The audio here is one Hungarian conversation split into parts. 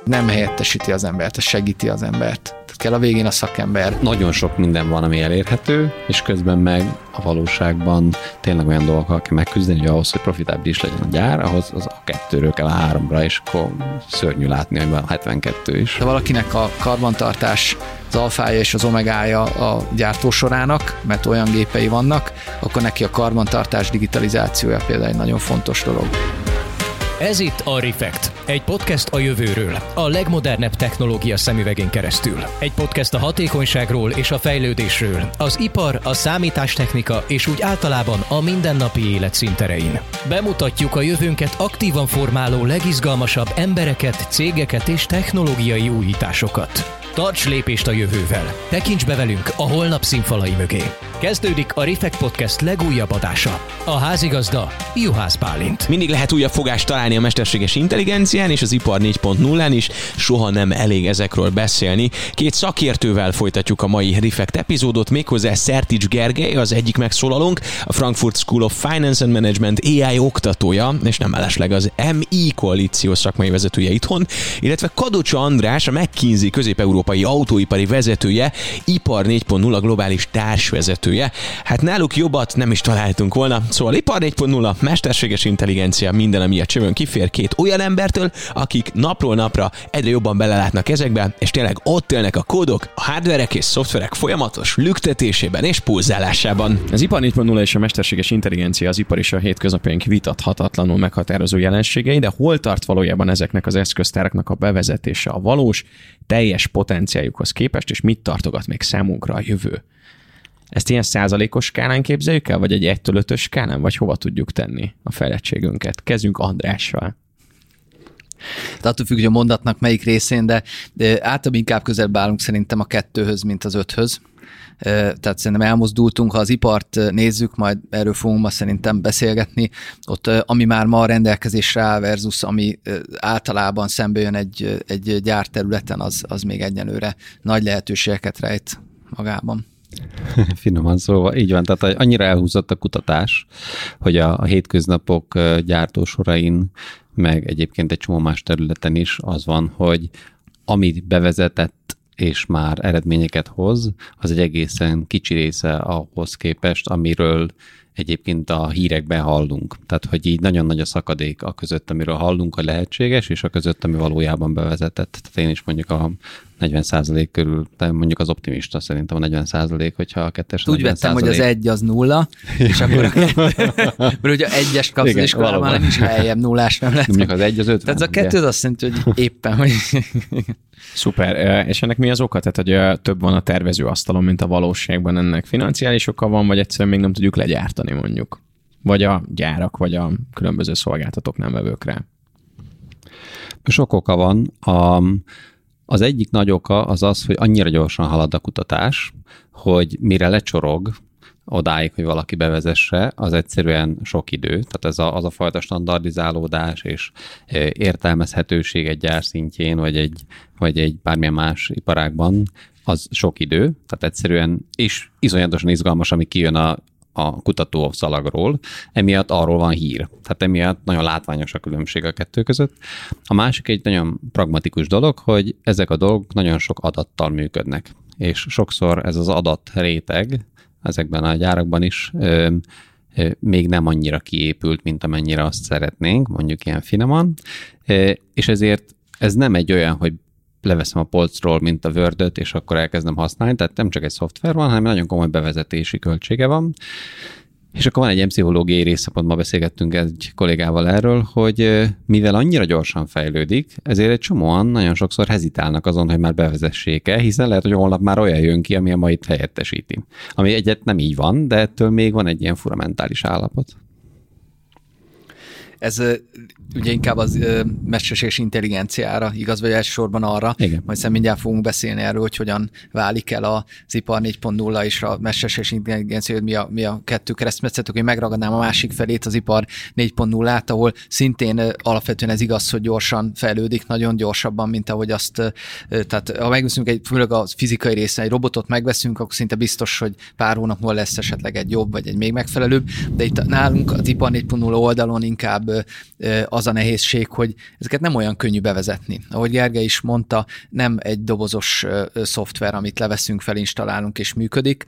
nem helyettesíti az embert, ez segíti az embert. Tehát kell a végén a szakember. Nagyon sok minden van, ami elérhető, és közben meg a valóságban tényleg olyan dolgokkal kell megküzdeni, hogy ahhoz, hogy profitábilis legyen a gyár, ahhoz az a 2-ről kell a 3-ra, és akkor szörnyű látni, hogy van 72 is. Ha valakinek a karbantartás az alfája és az omegája a gyártósorának, mert olyan gépei vannak, akkor neki a karbantartás digitalizációja például egy nagyon fontos dolog. Ez itt a Refekt, egy podcast a jövőről, a legmodernebb technológia szemüvegén keresztül. Egy podcast a hatékonyságról és a fejlődésről, az ipar, a számítástechnika és úgy általában a mindennapi élet színterein. Bemutatjuk a jövőnket aktívan formáló legizgalmasabb embereket, cégeket és technológiai újításokat. Tarts lépést a jövővel! Tekints be velünk a holnap színfalai mögé! Kezdődik a Refekt Podcast legújabb adása. A házigazda Juhász Bálint. Mindig lehet újabb fogást találni a mesterséges intelligencián és az ipar 4.0-án is, soha nem elég ezekről beszélni. 2 szakértővel folytatjuk a mai Refekt epizódot, méghozzá Szertics Gergely, az egyik megszólalónk, a Frankfurt School of Finance and Management AI oktatója, és nem mellesleg az MI koalíció szakmai vezetője itthon, illetve Kadocsa András, a McKinsey közép-európai autóipari vezetője, ipar 4.0 globális társvezetője. Hát náluk jobbat nem is találtunk volna. Szóval ipar 4.0, mesterséges intelligencia, minden, ami a csövön kifér 2 olyan embertől, akik napról napra egyre jobban belelátnak ezekbe, és tényleg ott élnek a kódok, a hardverek és szoftverek folyamatos lüktetésében és pulzálásában. Az ipar 4.0 és a mesterséges intelligencia az ipar és a hétköznapjaink vitathatatlanul meghatározó jelenségei, de hol tart valójában ezeknek az eszköztáraknak a bevezetése a valós, teljes potenciáljukhoz képest, és mit tartogat még számunkra a jövő? Ezt ilyen százalékos skálán képzeljük el, vagy egy 1-től 5-ös skálán, vagy hova tudjuk tenni a fejlettségünket? Kezdjünk Andrással. De attól függ, hogy a mondatnak melyik részén, de általában inkább közelebb állunk szerintem a 2-höz, mint az 5-höz. Tehát szerintem elmozdultunk, ha az ipart nézzük, majd erről fogunk ma szerintem beszélgetni, ott ami már ma a rendelkezésre áll versus ami általában szembe jön egy gyárterületen, az még egyenlőre nagy lehetőségeket rejt magában. Finoman szóval, így van, tehát annyira elhúzott a kutatás, hogy a hétköznapok gyártósorain, meg egyébként egy csomó más területen is az van, hogy amit bevezetett és már eredményeket hoz, az egy egészen kicsi része ahhoz képest, amiről egyébként a hírekben hallunk. Tehát, hogy így nagyon nagy a szakadék a között, amiről hallunk, a lehetséges, és a között, ami valójában bevezetett. Tehát én is mondjuk a 40% körül, de mondjuk az optimista szerintem a 40%, hogyha a 2-es úgy vettem, hogy az 1 az 0, és akkor a 2, mert ugye 1-es kapsz, és akkor már nem is helyebb, 0-ás nem lesz. Mondjuk az 1 az 50. Tehát a 2 az azt jelenti, hogy éppen, hogy... Szuper. És ennek mi az oka? Tehát, hogy több van a tervező asztalon, mint a valóságban, ennek financiális oka van, vagy egyszerűen még nem tudjuk legyártani mondjuk? Vagy a gyárak, vagy a különböző szolgáltatók nem vevőkre? Sok oka van. Az egyik nagy oka az, hogy annyira gyorsan halad a kutatás, hogy mire lecsorog odáig, hogy valaki bevezesse, az egyszerűen sok idő. Tehát ez az a fajta standardizálódás és értelmezhetőség egy gyár szintjén, vagy egy bármilyen más iparágban, az sok idő. Tehát egyszerűen, és iszonyatosan izgalmas, ami kijön a kutató szalagról, emiatt arról van hír. Tehát emiatt nagyon látványos a különbség a 2 között. A másik egy nagyon pragmatikus dolog, hogy ezek a dolgok nagyon sok adattal működnek. És sokszor ez az adatréteg ezekben a gyárakban is még nem annyira kiépült, mint amennyire azt szeretnénk, mondjuk ilyen finoman. És ezért ez nem egy olyan, hogy leveszem a polcról, mint a Word-öt, és akkor elkezdem használni, tehát nem csak egy szoftver van, hanem nagyon komoly bevezetési költsége van. És akkor van egy ilyen pszichológiai része, pont ma beszélgettünk egy kollégával erről, hogy mivel annyira gyorsan fejlődik, ezért egy csomóan nagyon sokszor hezitálnak azon, hogy már bevezessék-e, hiszen lehet, hogy holnap már olyan jön ki, ami a mait helyettesíti. Ami egyet nem így van, de ettől még van egy ilyen fura mentális állapot. Ez ugye inkább az mesterséges intelligenciára igaz, vagy elsősorban arra, igen. Majd mindjárt fogunk beszélni erről, hogy hogyan válik el az ipar 4.0 és a mesterséges intelligencia, hogy mi a 2 keresztmetszetük, hogy megragadnám a másik felét, az ipar 4.0-át, ahol szintén alapvetően ez igaz, hogy gyorsan fejlődik, nagyon gyorsabban, mint ahogy azt, tehát ha megveszünk főleg a fizikai részen egy robotot megveszünk, akkor szinte biztos, hogy pár hónap múlva lesz esetleg egy jobb, vagy egy még megfelelőbb, de itt nálunk az ipar 4.0 oldalon inkább inkább az a nehézség, hogy ezeket nem olyan könnyű bevezetni. Ahogy Gergely is mondta, nem egy dobozos szoftver, amit leveszünk, felinstallálunk és működik.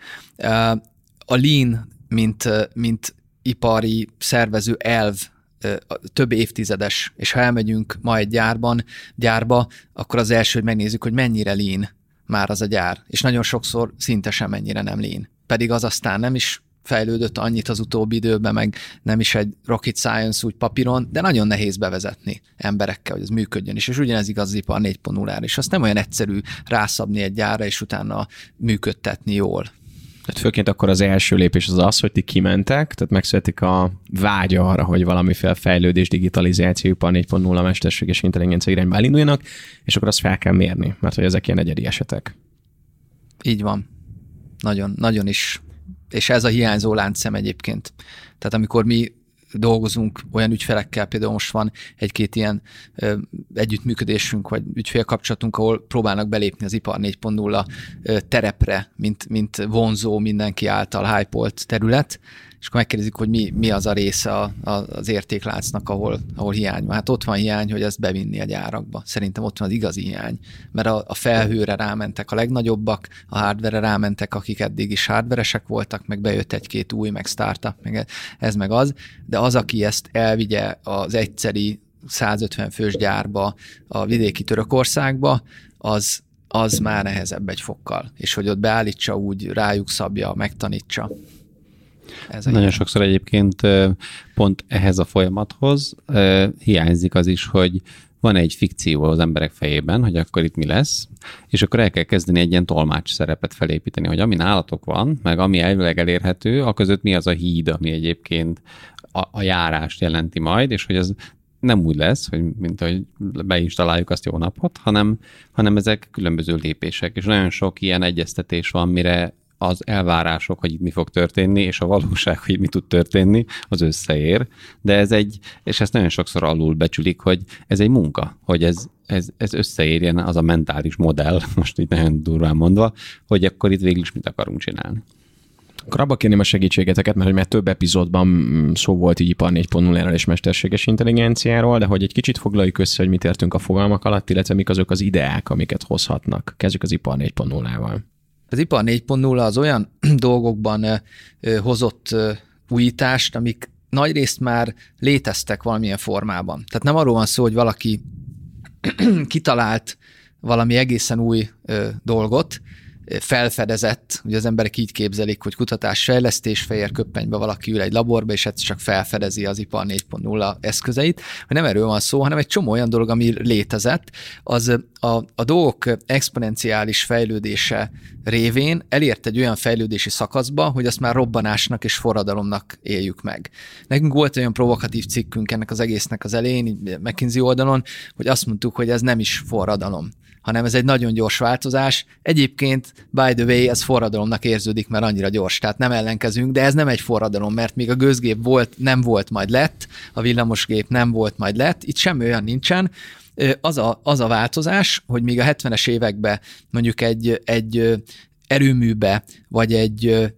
A Lean, mint ipari szervező elv, több évtizedes, és ha elmegyünk ma egy gyárba, akkor az első, hogy megnézzük, hogy mennyire lean már az a gyár, és nagyon sokszor szinte sem mennyire nem lean. Pedig az aztán nem is fejlődött annyit az utóbbi időben, meg nem is egy rocket science úgy papíron, de nagyon nehéz bevezetni emberekkel, hogy ez működjön is, és ugyanez igaz az ipar 4.0-ra, és azt nem olyan egyszerű rászabni egy gyárra, és utána működtetni jól. Tehát főként akkor az első lépés az, hogy ti kimentek, tehát megszületik a vágya arra, hogy valamiféle fejlődés, digitalizáció, ipar 4.0, mesterséges intelligencia irányba elinduljanak, és akkor azt fel kell mérni, mert hogy ezek ilyen egyedi esetek. Így van. Nagyon, nagyon is. És ez a hiányzó láncszem egyébként. Tehát amikor mi dolgozunk olyan ügyfelekkel, például most van egy-két ilyen együttműködésünk, vagy ügyfélkapcsolatunk, ahol próbálnak belépni az ipar 4.0 terepre, mint vonzó, mindenki által hype-olt terület, és akkor megkérdezik, hogy mi az a része az értékláncnak, ahol hiány van. Hát ott van hiány, hogy ezt bevinni a gyárakba. Szerintem ott van az igazi hiány, mert a felhőre rámentek a legnagyobbak, a hardware-re rámentek, akik eddig is hardveresek voltak, meg bejött egy-két új, meg startup, meg ez meg az, de az, aki ezt elvigye az egyszeri 150 fős gyárba, a vidéki Törökországba, az már nehezebb egy fokkal. És hogy ott beállítsa, úgy rájuk szabja, megtanítsa. Nagyon sokszor egyébként pont ehhez a folyamathoz hiányzik az is, hogy van egy fikció az emberek fejében, hogy akkor itt mi lesz, és akkor el kell kezdeni egy ilyen tolmács szerepet felépíteni, hogy ami nálatok van, meg ami elvileg elérhető, a között mi az a híd, ami egyébként a járást jelenti majd, és hogy ez nem úgy lesz, hogy mint hogy beinstaláljuk azt jó napot, hanem ezek különböző lépések, és nagyon sok ilyen egyeztetés van, mire az elvárások, hogy itt mi fog történni, és a valóság, hogy mi tud történni, az összeér. De és ezt nagyon sokszor alul becsülik, hogy ez egy munka, hogy ez összeérjen az a mentális modell, most így nagyon durván mondva, hogy akkor itt végül is mit akarunk csinálni. Akkor abba kérném a segítségeteket, mert több epizódban szó volt így ipar 4.0-ről és mesterséges intelligenciáról, de hogy egy kicsit foglaljuk össze, hogy mit értünk a fogalmak alatt, illetve mik azok az ideák, amiket hozhatnak. Kezdjük az ipar 4.0-val. Az ipar 4.0 az olyan dolgokban hozott újítást, amik nagyrészt már léteztek valamilyen formában. Tehát nem arról van szó, hogy valaki kitalált valami egészen új dolgot, felfedezett, ugye az emberek így képzelik, hogy kutatás-fejlesztés, fehér köppenybe valaki ül egy laborba, és egyszer csak felfedezi az ipar 4.0 eszközeit, hogy nem erről van szó, hanem egy csomó olyan dolog, ami létezett, az a dolgok exponenciális fejlődése révén elért egy olyan fejlődési szakaszba, hogy azt már robbanásnak és forradalomnak éljük meg. Nekünk volt olyan provokatív cikkünk ennek az egésznek az elején, McKinsey oldalon, hogy azt mondtuk, hogy ez nem is forradalom, hanem ez egy nagyon gyors változás. Egyébként, by the way, ez forradalomnak érződik, mert annyira gyors, tehát nem ellenkezünk, de ez nem egy forradalom, mert még a gőzgép nem volt, majd lett, a villamosgép nem volt, majd lett, itt semmi olyan nincsen. Az a változás, hogy még a 70-es években mondjuk egy erőműbe, vagy egy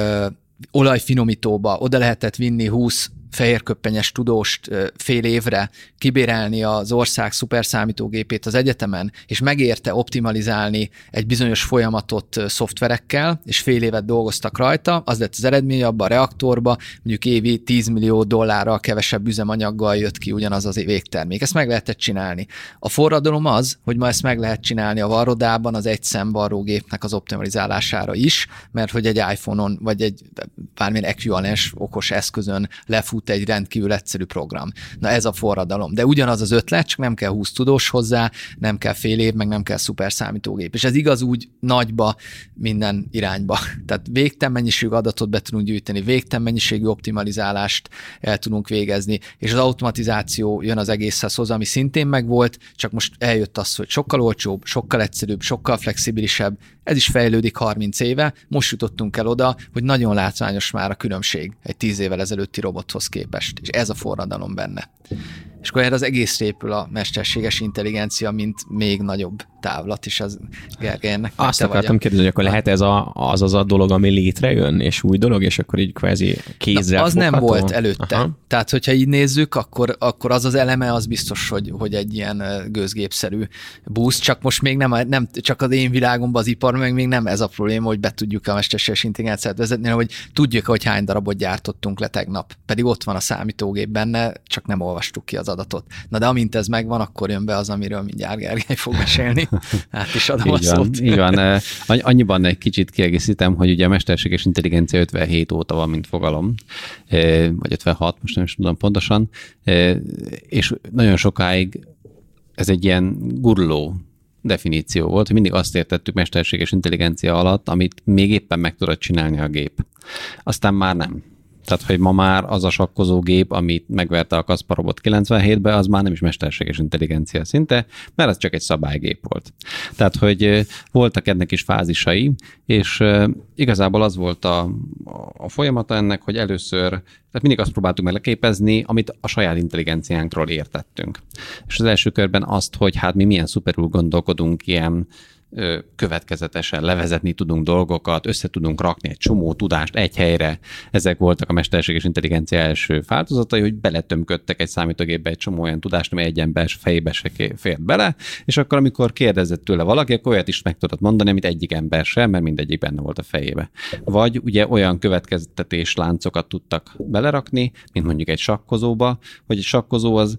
olajfinomítóba oda lehetett vinni 20 fehérköppenyes tudóst fél évre, kibérelni az ország szuperszámítógépét az egyetemen, és megérte optimalizálni egy bizonyos folyamatot szoftverekkel, és fél évet dolgoztak rajta, az lett az eredmény abban a reaktorba, mondjuk évi $10 millió kevesebb üzemanyaggal jött ki ugyanaz az végtermék. Ezt meg lehetett csinálni. A forradalom az, hogy ma ezt meg lehet csinálni a varrodában az egy szemvarrógépnek az optimalizálására is, mert hogy egy iPhone-on, vagy egy bármilyen ekvivalens okos eszközön lefut egy rendkívül egyszerű program. Na ez a forradalom. De ugyanaz az ötlet, csak nem kell 20 tudós hozzá, nem kell fél év, meg nem kell szuperszámítógép. És ez igaz úgy nagyba minden irányba. Tehát végtelen mennyiségű adatot be tudunk gyűjteni, végtelen mennyiségű optimalizálást el tudunk végezni, és az automatizáció jön az egészhez hozzá, ami szintén megvolt, csak most eljött az, hogy sokkal olcsóbb, sokkal egyszerűbb, sokkal flexibilisebb. Ez is fejlődik 30 éve. Most jutottunk el oda, hogy nagyon látványos már a különbség egy 10 évvel ezelőtti robothoz képest, és ez a forradalom benne. És akkor erre az egészre épül a mesterséges intelligencia, mint még nagyobb távlat, és az Gergely ennek azt akartam kérdezni, hogy akkor lehet ez az a dolog, ami létrejön, és új dolog, és akkor így kvázi kézzel az fogható? nem volt előtte. Aha. Tehát, hogyha így nézzük, akkor az eleme, az biztos, hogy egy ilyen gőzgépszerű busz, csak most még nem csak az én világomban az ipar, meg még nem ez a probléma, hogy be tudjuk a mesterséges intelligenciát vezetni, hanem hogy tudjuk, hogy hány darabot gyártottunk le tegnap. Pedig ott van a számítógép benne, csak nem olvastuk ki az adatot. Na de amint ez megvan, akkor jön be az, amiről mindjárt Gergely fog mesélni. Hát is adom a szót. Így van. Annyiban egy kicsit kiegészítem, hogy ugye a mesterséges intelligencia 57 óta van, mint fogalom, vagy 56, most nem is tudom pontosan, és nagyon sokáig ez egy ilyen guruló definíció volt, hogy mindig azt értettük mesterséges intelligencia alatt, amit még éppen meg tudod csinálni a gép. Aztán már nem. Tehát, hogy ma már az a sakkozógép, amit megverte a Kasparovot 97-ben, az már nem is mesterséges intelligencia szinte, mert az csak egy szabálygép volt. Tehát, hogy voltak ennek is fázisai, és igazából az volt a folyamata ennek, hogy először, tehát mindig azt próbáltuk meg leképezni, amit a saját intelligenciánkról értettünk. És az első körben azt, hogy hát mi milyen szuperül gondolkodunk ilyen következetesen levezetni tudunk dolgokat, össze tudunk rakni egy csomó tudást egy helyre. Ezek voltak a mesterséges intelligencia első változatai, hogy beletömködtek egy számítógépbe egy csomó olyan tudást, ami egy ember fejébe se fért bele, és akkor, amikor kérdezett tőle valaki, akkor olyat is meg tudott mondani, amit egyik ember sem, mert mindegyik benne volt a fejébe. Vagy ugye olyan következtetés láncokat tudtak belerakni, mint mondjuk egy sakkozóba, hogy egy sakkozó az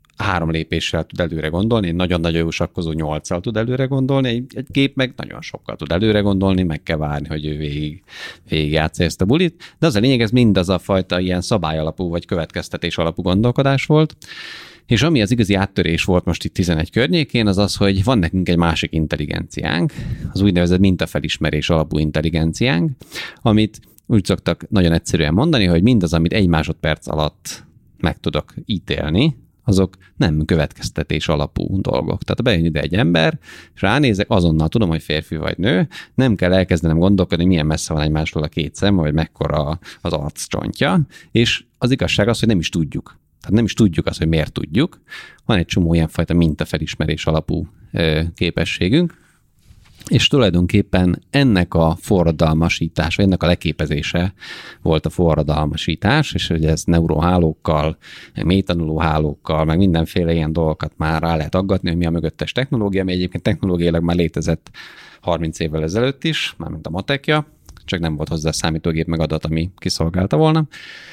3 lépéssel tud előre gondolni, egy nagyon-nagyon jó sakkozó 8-szal tud előre gondolni, egy gép meg nagyon sokkal tud előre gondolni, meg kell várni, hogy ő végigjátsza ezt a bulit, de az a lényeg, ez mindaz a fajta ilyen szabályalapú vagy következtetés alapú gondolkodás volt, és ami az igazi áttörés volt most itt 11 környékén, az az, hogy van nekünk egy másik intelligenciánk, az úgynevezett mintafelismerés alapú intelligenciánk, amit úgy szoktak nagyon egyszerűen mondani, hogy mindaz, amit 1 másodperc alatt meg tudok ítélni, azok nem következtetés alapú dolgok. Tehát bejön ide egy ember, és ránézek, azonnal tudom, hogy férfi vagy nő, nem kell elkezdenem gondolkodni, milyen messze van egymástól a 2 szem, vagy mekkora az arccsontja, és az igazság az, hogy nem is tudjuk. Tehát nem is tudjuk azt, hogy miért tudjuk. Van egy csomó ilyenfajta mintafelismerés alapú képességünk, és tulajdonképpen ennek a forradalmasítás, vagy ennek a leképezése volt a forradalmasítás, és ugye ez neurohálókkal, mélytanuló hálókkal, meg mindenféle ilyen dolgokat már rá lehet aggatni, hogy mi a mögöttes technológia, ami egyébként technológiailag már létezett 30 évvel ezelőtt is, mármint a matekja, csak nem volt hozzá számítógép meg adat, ami kiszolgálta volna.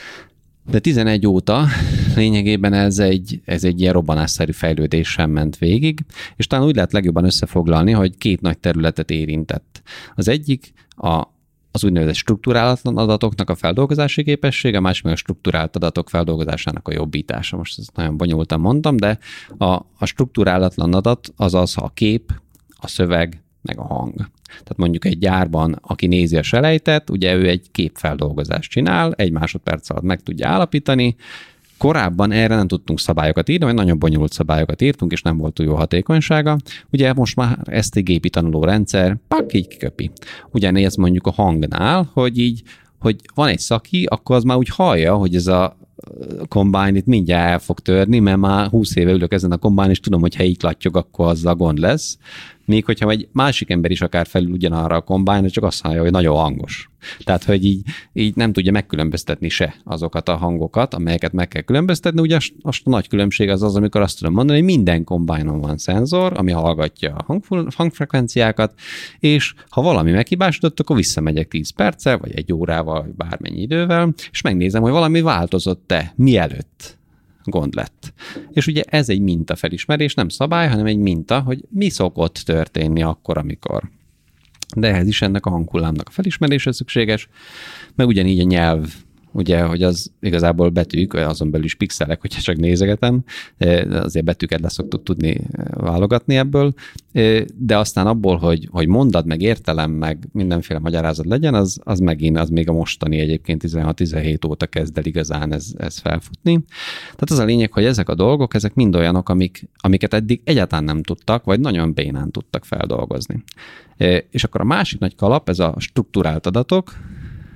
De 11 óta lényegében ez egy ilyen robbanásszerű fejlődésen ment végig, és talán úgy lehet legjobban összefoglalni, hogy 2 nagy területet érintett. Az egyik az úgynevezett strukturálatlan adatoknak a feldolgozási képessége, a másik meg a strukturált adatok feldolgozásának a jobbítása. Most ezt nagyon bonyolultan mondtam, de a strukturálatlan adat az a kép, a szöveg, meg a hang. Tehát mondjuk egy gyárban, aki nézi a selejtet, ugye ő egy képfeldolgozást csinál, 1 másodperc alatt meg tudja állapítani. Korábban erre nem tudtunk szabályokat írni, vagy nagyon bonyolult szabályokat írtunk, és nem volt túl jó hatékonysága. Ugye most már ezt egy gépi tanuló rendszer, így kiköpi. Ugyanéz mondjuk a hangnál, hogy van egy szaki, akkor az már úgy hallja, hogy ez a Combine itt mindjárt el fog törni, mert már 20 éve ülök ezen a Combine, és tudom, hogy ha így lattyog, akkor azzal gond lesz. Még hogyha egy másik ember is akár felül ugyanarra a Combine, csak azt hallja, hogy nagyon hangos. Tehát, hogy így nem tudja megkülönböztetni se azokat a hangokat, amelyeket meg kell különböztetni. Ugye a nagy különbség az, amikor azt tudom mondani, hogy minden Combine-on van szenzor, ami hallgatja a hangfrekvenciákat, és ha valami meghibásodott, akkor visszamegyek 10 perccel, vagy 1 órával, vagy bármennyi idővel, és megnézem, hogy valami változott-e mielőtt gond lett. És ugye ez egy mintafelismerés, nem szabály, hanem egy minta, hogy mi szokott történni akkor, amikor. De ehhez is ennek a hanghullámnak a felismerése szükséges, meg ugyanígy a nyelv, ugye, hogy az igazából betűk, azon belül is pixelek, hogyha csak nézegetem, azért betűket leszoktuk tudni válogatni ebből, de aztán abból, hogy mondat, meg értelem, meg mindenféle magyarázat legyen, az még a mostani egyébként 16-17 óta kezd el igazán ez felfutni. Tehát az a lényeg, hogy ezek a dolgok, ezek mind olyanok, amiket eddig egyáltalán nem tudtak, vagy nagyon bénán tudtak feldolgozni. És akkor a másik nagy kalap, ez a strukturált adatok,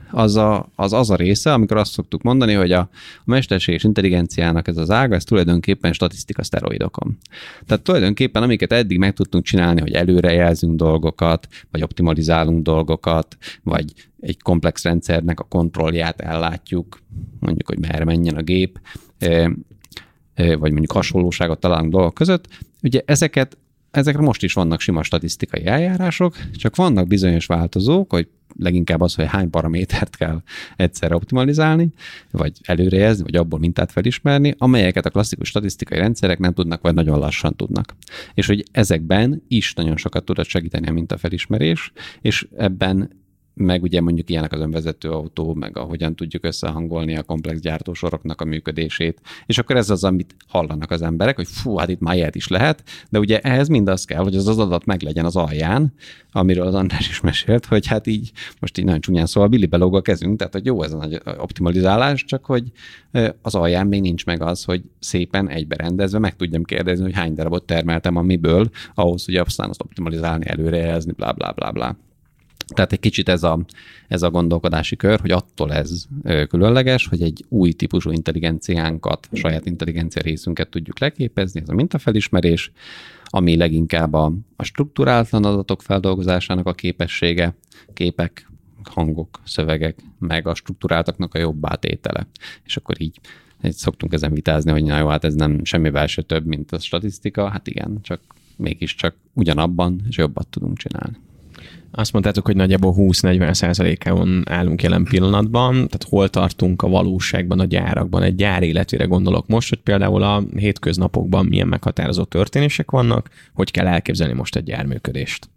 az a része, amikor azt szoktuk mondani, hogy a mesterséges intelligenciának ez az ága, ez tulajdonképpen statisztika szteroidokon. Tehát tulajdonképpen, amiket eddig meg tudtunk csinálni, hogy előrejelzünk dolgokat, vagy optimalizálunk dolgokat, vagy egy komplex rendszernek a kontrollját ellátjuk, mondjuk, hogy merre menjen a gép, vagy mondjuk hasonlóságot találunk dolgok között. Ugye ezekre most is vannak sima statisztikai eljárások, csak vannak bizonyos változók, hogy leginkább az, hogy hány paramétert kell egyszerre optimalizálni, vagy előrejelzni, vagy abból mintát felismerni, amelyeket a klasszikus statisztikai rendszerek nem tudnak, vagy nagyon lassan tudnak. És hogy ezekben is nagyon sokat tudod segíteni a mintafelismerés, és ebben meg ugye mondjuk ilyenek az önvezető autó, meg ahogyan tudjuk összehangolni a komplex gyártósoroknak a működését. És akkor ez az, amit hallanak az emberek, hogy fú, hát itt már ilyet is lehet, de ugye ehhez mindaz kell, hogy az adat meglegyen az alján, amiről az András is mesélt, hogy hát így, most így nagyon csúnyán szóval Billy belóg a kezünk, tehát hogy jó ez a nagy optimalizálás, csak hogy az alján még nincs meg az, hogy szépen egyberendezve meg tudjam kérdezni, hogy hány darabot termeltem amiből, ahhoz, hogy aztán azt optimalizálni, előrejelezni, blá, blá, blá, blá. Tehát egy kicsit ez a gondolkodási kör, hogy attól ez különleges, hogy egy új típusú intelligenciánkat, saját intelligencia részünket tudjuk leképezni, ez a mintafelismerés, ami leginkább a strukturálatlan adatok feldolgozásának a képessége, képek, hangok, szövegek, meg a struktúráltaknak a jobb átétele. És akkor így szoktunk ezen vitázni, hogy na jó, hát ez nem semmivel se több, mint a statisztika. Hát igen, csak mégiscsak ugyanabban, és jobbat tudunk csinálni. Azt mondtátok, hogy nagyjából 20-40%-on állunk jelen pillanatban, tehát hol tartunk a valóságban, a gyárakban, egy gyár életére gondolok most, hogy például a hétköznapokban milyen meghatározó történések vannak, hogy kell elképzelni most egy gyárműködést.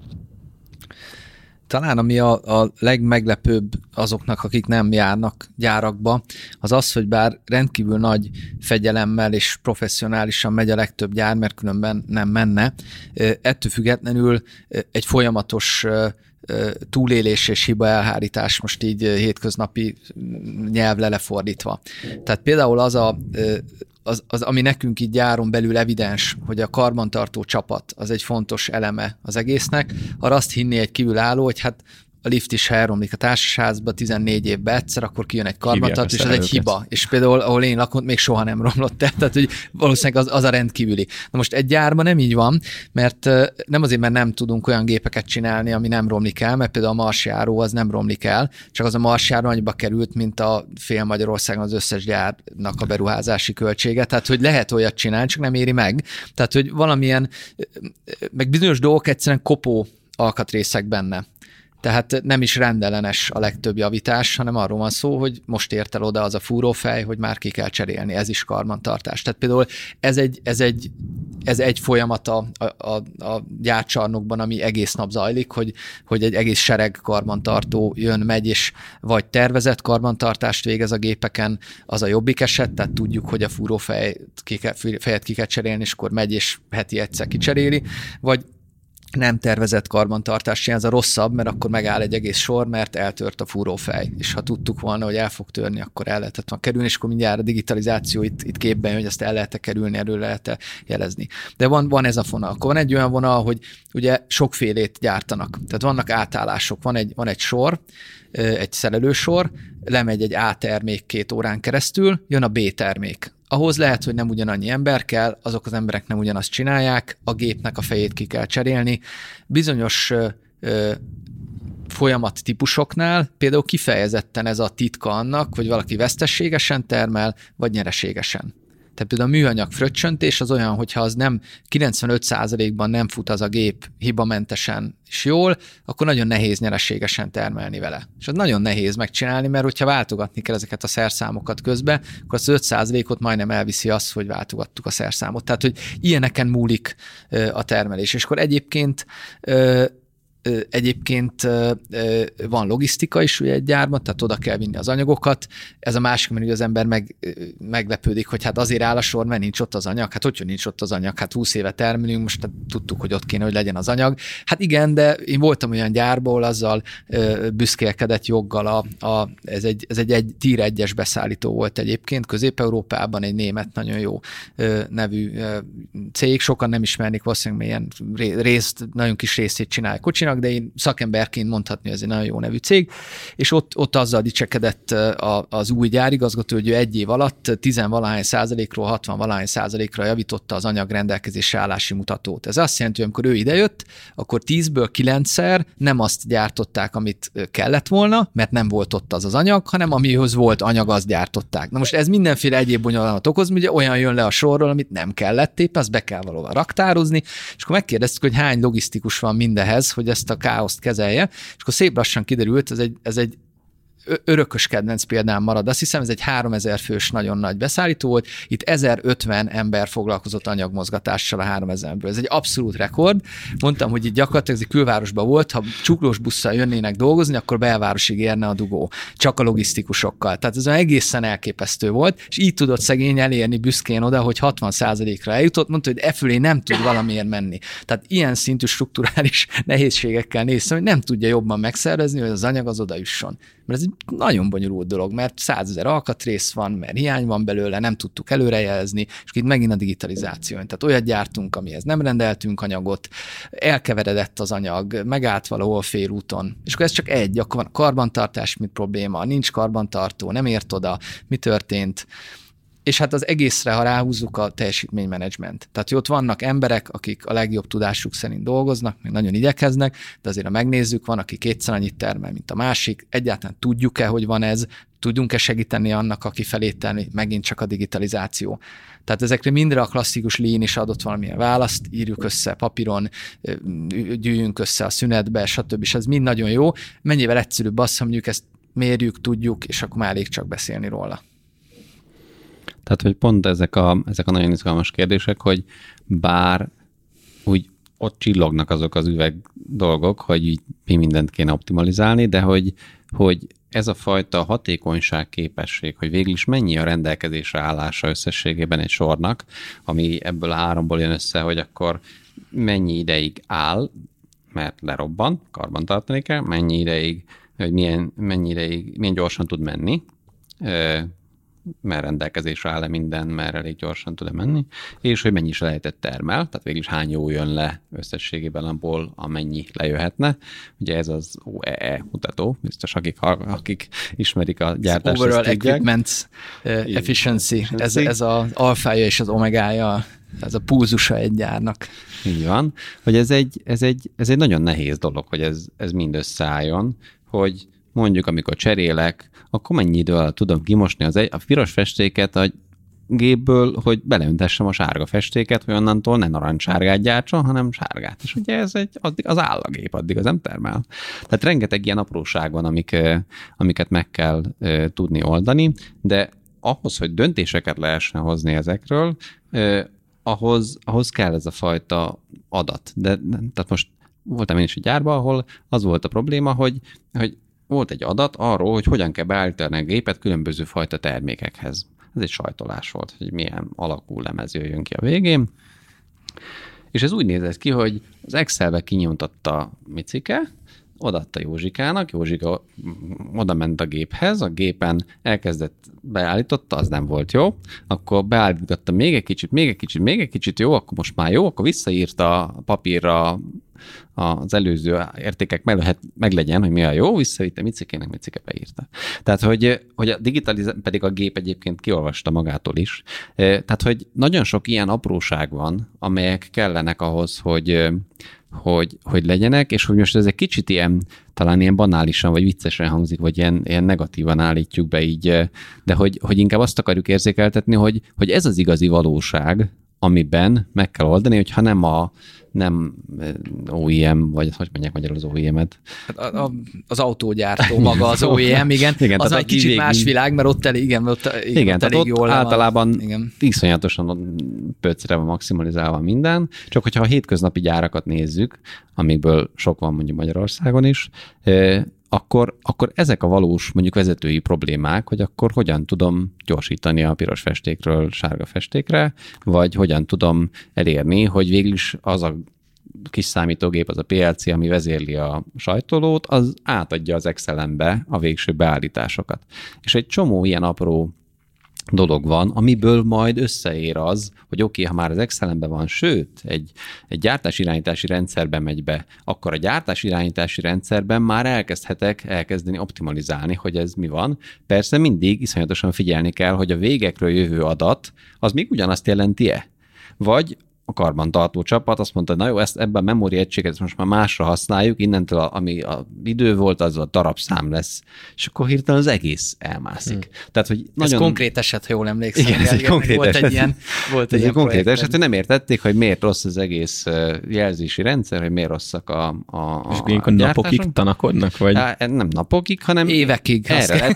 Talán ami a legmeglepőbb azoknak, akik nem járnak gyárakba, az az, hogy bár rendkívül nagy fegyelemmel és professzionálisan megy a legtöbb gyár, mert különben nem menne, ettől függetlenül egy folyamatos túlélés és hiba elhárítás, most így hétköznapi nyelvre lefordítva. Tehát például az, ami nekünk így gyáron belül evidens, hogy a karbantartó csapat az egy fontos eleme az egésznek, arra azt hinné egy kívülálló, hogy hát a lift is, ha elromlik a társasházba 14 évben egyszer, akkor kijön egy karbantartó, és ez egy hiba. És például, ahol én lakom, még soha nem romlott el, tehát hogy valószínűleg az a rendkívüli. Na most egy gyárban nem így van, mert nem azért, mert nem tudunk olyan gépeket csinálni, ami nem romlik el, mert például a marsjáró az nem romlik el, csak az a marsjáró annyiba került, mint a fél Magyarországon az összes gyárnak a beruházási költsége. Tehát, hogy lehet olyat csinálni, csak nem éri meg. Tehát, hogy valamilyen, meg bizonyos dolgok egyszerűen kopó alkatrészek benne. Tehát nem is rendellenes a legtöbb javítás, hanem arról van szó, hogy most ért el oda az a fúrófej, hogy már ki kell cserélni, ez is karbantartás. Tehát például ez egy folyamat a gyárcsarnokban, ami egész nap zajlik, hogy egy egész sereg karbantartó jön, megy, és vagy tervezett karbantartást végez a gépeken, az a jobbik eset, tehát tudjuk, hogy a fúrófejet ki kell cserélni, és akkor megy, és heti egyszer kicseréli, vagy nem tervezett karbantartás, ez a rosszabb, mert akkor megáll egy egész sor, mert eltört a fúrófej. És ha tudtuk volna, hogy el fog törni, akkor el lehetett volna kerülni, és akkor mindjárt a digitalizáció itt képben jön, hogy ezt el lehet kerülni, erről lehet jelezni. De van ez a vonal. Akkor van egy olyan vonal, hogy ugye sokfélét gyártanak. Tehát vannak átállások. Van egy sor, egy szerelősor, lemegy egy A termék 2 órán keresztül, jön a B termék. Ahhoz lehet, hogy nem ugyanannyi ember kell, azok az emberek nem ugyanazt csinálják, a gépnek a fejét ki kell cserélni. Bizonyos folyamat típusoknál például kifejezetten ez a titka annak, hogy valaki veszteségesen termel, vagy nyereségesen. Tehát például a műanyag fröccsöntés az olyan, hogyha az nem 95%-ban nem fut az a gép hibamentesen és jól, akkor nagyon nehéz nyereségesen termelni vele. És az nagyon nehéz megcsinálni, mert hogyha váltogatni kell ezeket a szerszámokat közben, akkor az 5%-ot majdnem elviszi az, hogy váltogattuk a szerszámot. Tehát, hogy ilyeneken múlik a termelés. És akkor Egyébként van logisztika is ugye egy gyárban, tehát oda kell vinni az anyagokat. Ez a másik, mert ugye az ember meglepődik, hogy hát azért áll a sor, mert nincs ott az anyag. Hát hogy nincs ott az anyag? Hát 20 éve termelünk, most tudtuk, hogy ott kéne, hogy legyen az anyag. Hát igen, de én voltam olyan gyárból, azzal büszkélkedett joggal, ez egy Tier 1-es beszállító volt egyébként, Közép-Európában egy német nagyon jó nevű cég, sokan nem ismernék valószínűleg, milyen nagyon kis részét csinál kocsinak, anyag, de én szakemberként mondhatni, hogy ez egy nagyon jó nevű cég, és ott azzal dicsekedett az új gyárigazgató, hogy ő 1 év alatt 10-valahány százalékról 60-valahány százalékra javította az anyag rendelkezésre állási mutatót. Ez azt jelenti, hogy amikor ő idejött, akkor 10-ből 9-szer nem azt gyártották, amit kellett volna, mert nem volt ott az anyag, hanem amihoz volt anyag, azt gyártották. Na most ez mindenféle egyéb bonyolulmat okoz, ugye olyan jön le a sorról, amit nem kellett éppen, azt be kell valóban raktározni, és akkor megkérdeztük, hogy hány logisztikus van mindehez, hogy ezt a káoszt kezelje, és akkor szép lassan kiderült, ez egy örökös kedvenc példán marad. Azt hiszem, ez egy 3000 fős nagyon nagy beszállító volt. Itt 1050 ember foglalkozott anyagmozgatással a 3000-ből. Ez egy abszolút rekord. Mondtam, hogy itt gyakorlatilag ez egy külvárosban volt, ha csuklós busszal jönnének dolgozni, akkor belvárosig érne a dugó. Csak a logisztikusokkal. Tehát ez egészen elképesztő volt, és így tudott szegény elérni büszkén oda, hogy 60%-ra eljutott, mondta, hogy fölé nem tud valamiért menni. Tehát ilyen szintű strukturális nehézségekkel néztem, hogy nem tudja jobban megszervezni, hogy az anyag az oda jusson. Mert ez egy nagyon bonyolult dolog, mert 100 000 alkatrész van, mert hiány van belőle, nem tudtuk előrejelezni, és itt megint a digitalizáció. Tehát olyat gyártunk, amihez nem rendeltünk anyagot, elkeveredett az anyag, megállt valahol félúton, és akkor ez csak egy, akkor van a karbantartás, mint probléma, nincs karbantartó, nem ért oda, mi történt. És hát az egészre, ha ráhúzzuk, a teljesítménymenedzsment. Tehát, hogy ott vannak emberek, akik a legjobb tudásuk szerint dolgoznak, még nagyon igyekeznek, de azért, ha megnézzük, van, aki 2-szer annyit termel, mint a másik. Egyáltalán tudjuk-e, hogy van ez? Tudjunk-e segíteni annak, aki felé tenni? Megint csak a digitalizáció. Tehát ezekre mindre a klasszikus lean is adott valamilyen választ, írjuk össze papíron, gyűjjünk össze a szünetbe, stb. És ez mind nagyon jó. Mennyivel egyszerűbb az, ha mondjuk ezt mérjük, tudjuk, és akkor már elég csak beszélni róla. Tehát, hogy pont ezek a nagyon izgalmas kérdések, hogy bár úgy ott csillognak azok az üveg dolgok, hogy így mi mindent kéne optimalizálni, de hogy ez a fajta hatékonyság képesség, hogy végül is mennyi a rendelkezésre állása összességében egy sornak, ami ebből a 3-ból jön össze, hogy akkor mennyi ideig áll, mert lerobban, karbantartani kell, mennyi ideig, hogy milyen gyorsan tud menni, mert rendelkezésre áll-e minden, mert elég gyorsan tud-e menni, és hogy mennyi is lehetett termel, tehát végül is hány jó jön le összességében abból, amennyi lejöhetne. Ugye ez az OEE mutató, biztos akik ismerik a gyártást. Overall Equipment Efficiency, ez az alfája és az omegája, ez a pulzusa egy gyárnak. Így van, hogy ez egy nagyon nehéz dolog, hogy ez mind összeálljon, hogy mondjuk, amikor cserélek, akkor mennyi idő alatt tudom kimosni a piros festéket a gépből, hogy beleöntessem a sárga festéket, hogy onnantól ne narancssárgát gyártson, hanem sárgát. És ugye ez az áll a gép, addig az nem termel. Tehát rengeteg ilyen apróság van, amiket meg kell tudni oldani, de ahhoz, hogy döntéseket lehessen hozni ezekről, ahhoz kell ez a fajta adat. Tehát most voltam én is egy gyárban, ahol az volt a probléma, hogy volt egy adat arról, hogy hogyan kell beállítani a gépet különböző fajta termékekhez. Ez egy sajtolás volt, hogy milyen alakú lemez jöjjön ki a végén. És ez úgy nézett ki, hogy az Excelbe kinyomtatta Micike, odaadta Józsikának, Józsika oda ment a géphez, a gépen beállította, az nem volt jó, akkor beállította még egy kicsit, jó, akkor most már jó, akkor visszaírta a papírra az előző értékek meg legyen, hogy mi a jó, visszavitte Micikének, Micike beírta. Tehát, hogy a digitalizáció, pedig a gép egyébként kiolvasta magától is. Tehát, hogy nagyon sok ilyen apróság van, amelyek kellenek ahhoz, hogy legyenek, és hogy most ez egy kicsit talán ilyen banálisan, vagy viccesen hangzik, vagy ilyen negatívan állítjuk be így, de hogy inkább azt akarjuk érzékeltetni, hogy ez az igazi valóság, amiben meg kell oldani, hogyha nem OEM, vagy hogy mondják magyarul az OEM-et? Az autógyártó maga az OEM, igen. Az egy kicsit más világ, mert ott elég jól általában iszonyatosan pöcre van maximalizálva minden, csak hogyha a hétköznapi gyárakat nézzük, amikből sok van mondjuk Magyarországon is, akkor ezek a valós mondjuk vezetői problémák, hogy akkor hogyan tudom gyorsítani a piros festékről sárga festékre, vagy hogyan tudom elérni, hogy végül is az a kis számítógép, az a PLC, ami vezérli a sajtolót, az átadja az Excel-be a végső beállításokat. És egy csomó ilyen apró dolog van, amiből majd összeér az, hogy oké, ha már az Excelenben van, sőt, egy gyártásirányítási rendszerben megy be, akkor a gyártásirányítási rendszerben már elkezdeni optimalizálni, hogy ez mi van. Persze mindig iszonyatosan figyelni kell, hogy a végekről jövő adat, az még ugyanazt jelenti-e? Vagy a karbantartó csapat azt mondta, na jó, ebben a memória egységet most már másra használjuk, innentől ami a idő volt, az a darabszám lesz. És akkor hirtelen az egész elmászik. Tehát, hogy nagyon... Ez konkrét eset, ha jól emlékszem. Igen, ez egy konkrét volt eset. Egy ilyen konkrét eset, hogy nem értették, hogy miért rossz az egész jelzési rendszer, hogy miért rosszak a és ilyenkor napokig tanakodnak? Vagy? Nem napokig, hanem évekig.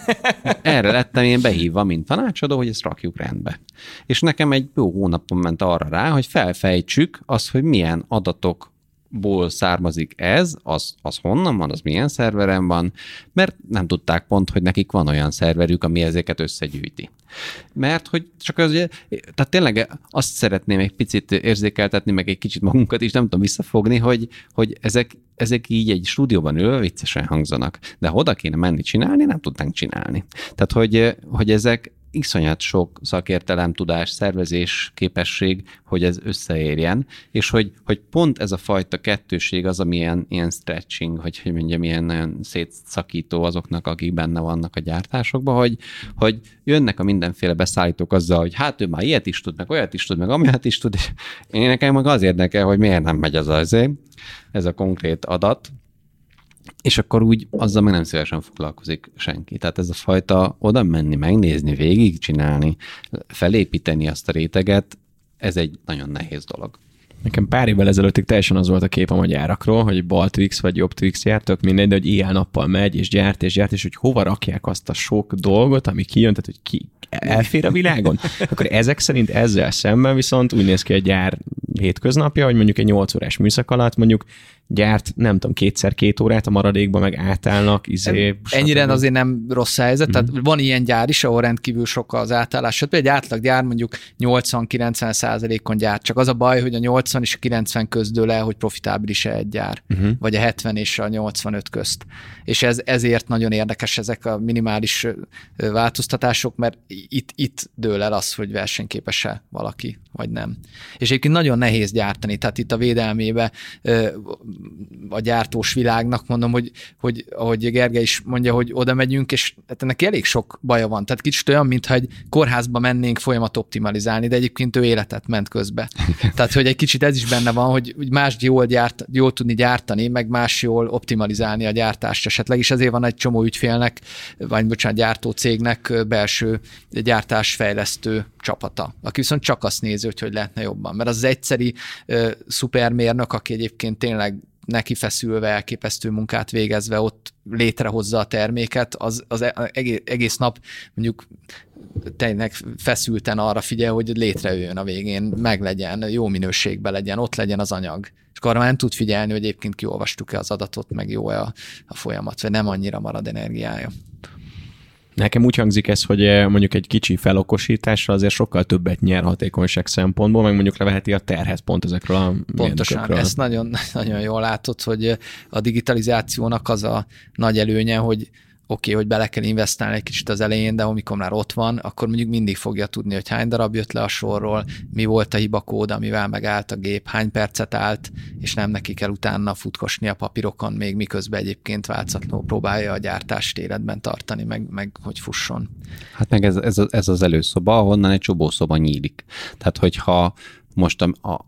Erre lettem én behívva, mint tanácsadó, hogy ezt rakjuk rendbe. És nekem egy jó hónapon ment arra rá, hogy felfejtsük azt, hogy milyen adatokból származik ez, az honnan van, az milyen szerveren van, mert nem tudták pont, hogy nekik van olyan szerverük, ami ezeket összegyűjti. Mert hogy csak az, tehát tényleg azt szeretném egy picit érzékeltetni, meg egy kicsit magunkat is, nem tudom visszafogni, hogy ezek így egy stúdióban ülve viccesen hangzanak. De ha oda kéne menni csinálni, nem tudnánk csinálni. Tehát, hogy ezek iszonyat sok szakértelem, tudás, szervezés, képesség, hogy ez összeérjen, és hogy pont ez a fajta kettőség az, ami ilyen stretching, hogy mondjam, ilyen nagyon szétszakító azoknak, akik benne vannak a gyártásokban, hogy jönnek a mindenféle beszállítók azzal, hogy hát ő már ilyet is tud, meg olyat is tud, meg amilyet is tud, és én nekem meg az érdekel, hogy miért nem megy ez a konkrét adat, és akkor úgy azzal meg nem szívesen foglalkozik senki. Tehát ez a fajta oda menni, megnézni, végigcsinálni, felépíteni azt a réteget, ez egy nagyon nehéz dolog. Nekem pár évvel ezelőttig teljesen az volt a képem a gyárakról, hogy Baltwix vagy Optwix gyártok, mindegy, de hogy éjjel-nappal megy, és gyárt, és hogy hova rakják azt a sok dolgot, ami kijön, tehát hogy ki elfér a világon. Akkor ezek szerint ezzel szemben viszont úgy néz ki a gyár hétköznapja, hogy mondjuk egy 8 órás műszak alatt mondjuk gyárt, nem tudom, 2x2 órát, a maradékba meg átállnak, Ennyire azért nem rossz helyzet, tehát van ilyen gyár is, ahol rendkívül sok az átállás. Egy átlag gyár mondjuk 80-90%-on gyárt, csak az a baj, hogy a 80 és a 90 közt dől el, hogy profitábilis-e egy gyár, vagy a 70 és a 85 közt. És ezért nagyon érdekes ezek a minimális változtatások, mert itt dől el az, hogy versenyképes-e valaki, vagy nem. És egyébként nagyon nehéz gyártani, tehát itt a védelmébe a gyártós világnak mondom, hogy ahogy Gergely is mondja, hogy oda megyünk, és hát ennek elég sok baja van. Tehát kicsit olyan, mintha egy kórházba mennénk folyamat optimalizálni, de egyébként ő életet ment közbe. Tehát, hogy egy kicsit ez is benne van, hogy más jól tudni gyártani, meg más jól optimalizálni a gyártást esetleg, és ezért van egy csomó ügyfélnek, vagy gyártó cégnek belső gyártásfejlesztő csapata, aki viszont csak azt nézi, hogy lehetne jobban. Mert az egyszeri szupermérnök, aki egyébként tényleg neki feszülve, elképesztő munkát végezve ott létrehozza a terméket, az egész nap mondjuk tényleg feszülten arra figyel, hogy létrejöjjön a végén, meglegyen, jó minőségben legyen, ott legyen az anyag. És akkor már nem tud figyelni, hogy egyébként kiolvastuk-e az adatot, meg jó-e a folyamat, vagy nem annyira marad energiája. Nekem úgy hangzik ez, hogy mondjuk egy kicsi felokosítással azért sokkal többet nyer hatékonyság szempontból, meg mondjuk leveheti a terhet pont ezekről a pontosan, ezt nagyon, nagyon jól látod, hogy a digitalizációnak az a nagy előnye, hogy oké, hogy bele kell investálni egy kicsit az elején, de amikor már ott van, akkor mondjuk mindig fogja tudni, hogy hány darab jött le a sorról, mi volt a hibakód, amivel megállt a gép, hány percet állt, és nem neki kell utána futkosni a papírokon, még miközben egyébként változatlanul próbálja a gyártást életben tartani, meg hogy fusson. Hát meg ez az előszoba, ahonnan egy csobószoba nyílik. Tehát, hogyha most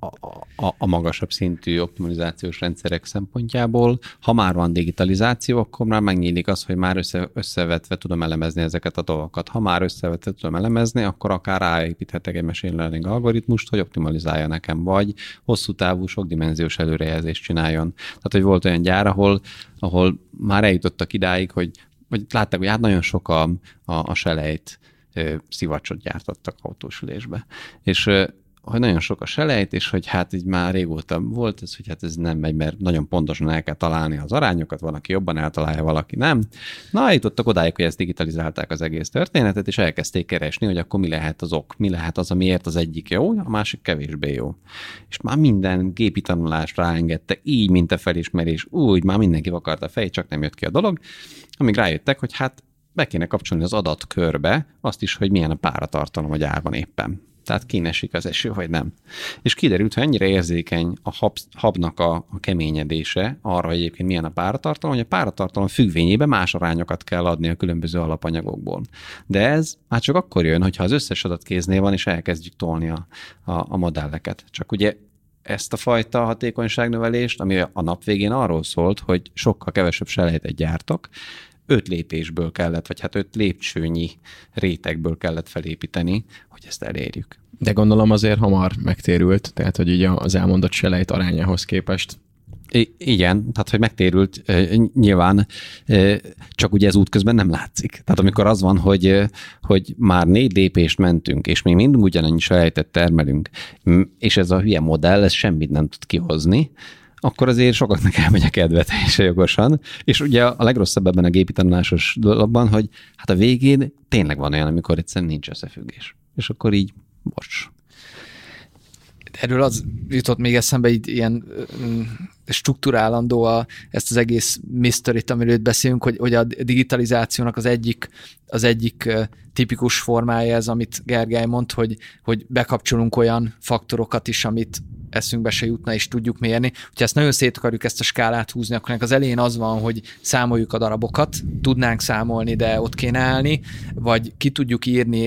a magasabb szintű optimalizációs rendszerek szempontjából, ha már van digitalizáció, akkor már megnyílik az, hogy már összevetve tudom elemezni ezeket a dolgokat. Ha már összevetve tudom elemezni, akkor akár ráépíthetek egy machine learning algoritmust, hogy optimalizálja nekem, vagy hosszú távú, sokdimenziós előrejelzést csináljon. Tehát, hogy volt olyan gyár, ahol már eljutottak idáig, hogy látták, hogy hát nagyon sok a selejt szivacsot gyártottak autósülésbe. És hogy nagyon sok a selejt, és hogy hát így már régóta volt ez, hogy hát ez nem megy, mert nagyon pontosan el kell találni az arányokat, valaki jobban eltalálja, valaki nem. Na, eljutottak odáig, hogy ezt digitalizálták az egész történetet, és elkezdték keresni, hogy akkor mi lehet az ok, mi lehet az, amiért az egyik jó, a másik kevésbé jó. És már minden gépi tanulást ráengedte, így, mint a felismerés, úgy, már mindenki vakarta a fejét, csak nem jött ki a dolog, amíg rájöttek, hogy hát be kéne kapcsolni az adatkörbe azt is, hogy milyen a páratartalom a gyárban éppen. Tehát kinesik az eső, vagy nem. És kiderült, hogy ennyire érzékeny a habnak a keményedése arra, hogy egyébként milyen a páratartalom, hogy a páratartalom függvényében más arányokat kell adni a különböző alapanyagokból. De ez már csak akkor jön, hogyha az összes adat kéznél van, és elkezdjük tolni a modelleket. Csak ugye ezt a fajta hatékonyságnövelést, ami a nap végén arról szólt, hogy sokkal kevesebb selejtet gyártok, 5 lépésből kellett, vagy 5 lépcsőnyi rétegből kellett felépíteni, hogy ezt elérjük. De gondolom azért hamar megtérült, tehát hogy így az elmondott selejt arányához képest. Igen, tehát hogy megtérült, nyilván csak ugye ez útközben nem látszik. Tehát amikor az van, hogy már 4 lépést mentünk, és még mindig ugyanannyi selejtet termelünk, és ez a hülye modell, ez semmit nem tud kihozni, akkor azért sokaknak elmegy a kedve teljesen jogosan. És ugye a legrosszabb ebben a gépi tanulásos dologban, hogy hát a végén tényleg van olyan, amikor egyszerűen nincs összefüggés. És akkor így bocs. Erről az jutott még eszembe, így ilyen strukturálandó ezt az egész mystery-t, amiről itt beszélünk, hogy a digitalizációnak az egyik tipikus formája ez, amit Gergely mond, hogy bekapcsolunk olyan faktorokat is, amit eszünkbe se jutna, és tudjuk mérni. Hogyha ezt nagyon szét akarjuk ezt a skálát húzni, akkor az elején az van, hogy számoljuk a darabokat, tudnánk számolni, de ott kéne állni, vagy ki tudjuk írni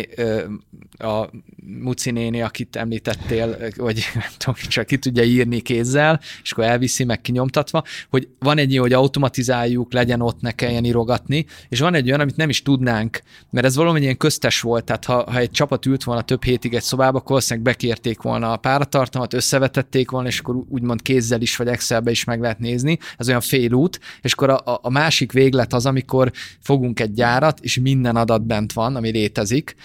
a Muci néni, akit említettél, vagy nem tudom, csak ki tudja írni kézzel, és akkor elviszi meg kinyomtatva, hogy van egy ilyen, hogy automatizáljuk, legyen ott, ne kelljen írogatni, és van egy olyan, amit nem is tudnánk, mert ez valamilyen köztes volt, tehát ha egy csapat ült volna több hétig egy szobába, akkor valószínűleg bekérték volna a páratartalmat, összevetették volna, és akkor úgymond kézzel is, vagy Excelbe is meg lehet nézni, ez olyan félút, és akkor a másik véglet az, amikor fogunk egy gyárat, és minden adat bent van, ami létezik,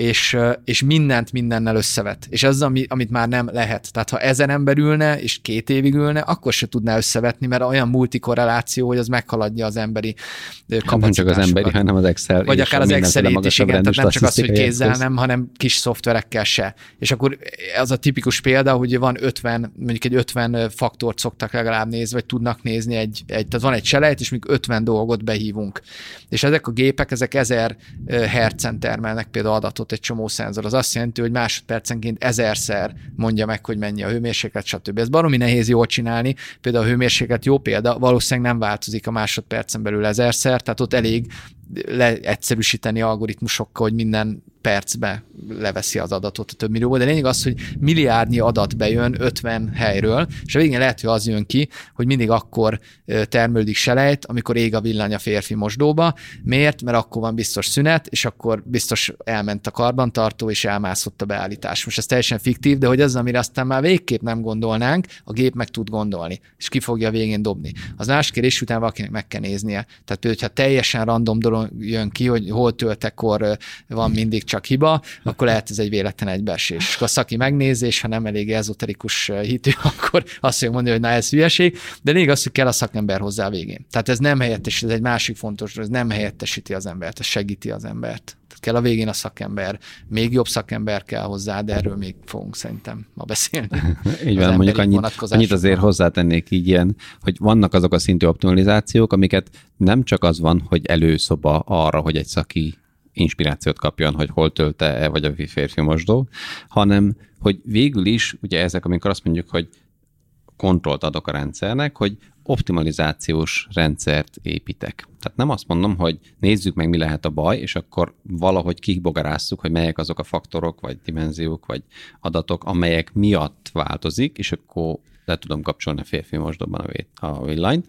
és mindent mindennel összevet. És ez, amit már nem lehet. Tehát ha 1000 ember ülne, és 2 évig ülne, akkor se tudná összevetni, mert olyan multikorreláció, hogy az meghaladja az emberi kapacitásokat. Nem csak az emberi, hanem az Excel. Vagy akár az Excel-ét is, igen, tehát nem csak az, hogy kézzel nem, hanem kis szoftverekkel se. És akkor az a tipikus példa, hogy van 50, mondjuk egy 50 faktort szoktak legalább nézni, vagy tudnak nézni tehát van egy selejt, és még 50 dolgot behívunk. És ezek a gépek, ezek 1000 hertzen termelnek például adatot, egy csomó szenzor. Az azt jelenti, hogy másodpercenként 1000-szer mondja meg, hogy mennyi a hőmérséklet, stb. Ez baromi nehéz jól csinálni. Például a hőmérséklet jó példa, valószínűleg nem változik a másodpercen belül 1000-szer, tehát ott elég leegyszerűsíteni algoritmusokkal, hogy minden percbe leveszi az adatot a több millióból, de lényeg az, hogy milliárdnyi adat bejön 50 helyről, és a végén lehet, hogy az jön ki, hogy mindig akkor termelődik selejt, amikor ég a villany a férfi mosdóba. Miért? Mert akkor van biztos szünet, és akkor biztos elment a karbantartó, és elmászott a beállítás. Most ez teljesen fiktív, de hogy az, amire aztán már végképp nem gondolnánk, a gép meg tud gondolni, és ki fogja a végén dobni. Az más kérdés, után valakinek meg kell néznie. Tehát, hogyha teljesen random dolog jön ki, hogy hol töltekor van mindig csak hiba, akkor lehet ez egy véletlen egybeesés. És akkor a szaki megnézi, és ha nem elég ezoterikus hitű, akkor azt fogja mondani, hogy na ez hülyeség, de lényeg az, hogy kell a szakember hozzá a végén. Tehát ez nem helyettesít, ez egy másik fontos, ez nem helyettesíti az embert, ez segíti az embert. Tehát kell a végén a szakember, még jobb szakember kell hozzá, de erről még fogunk szerintem ma beszélni. Így van, mondjuk annyit azért hozzátennék így ilyen, hogy vannak azok a szintű optimalizációk, amiket nem csak az van, hogy előszoba arra, hogy egy szaki inspirációt kapjon, hogy hol tölte-e vagy a férfi mosdó, hanem hogy végül is, ugye ezek, amikor azt mondjuk, hogy kontrollt adok a rendszernek, hogy optimalizációs rendszert építek. Tehát nem azt mondom, hogy nézzük meg, mi lehet a baj, és akkor valahogy kibogarásszuk, hogy melyek azok a faktorok, vagy dimenziók, vagy adatok, amelyek miatt változik, és akkor le tudom kapcsolni a férfi mosdóban a villanyt,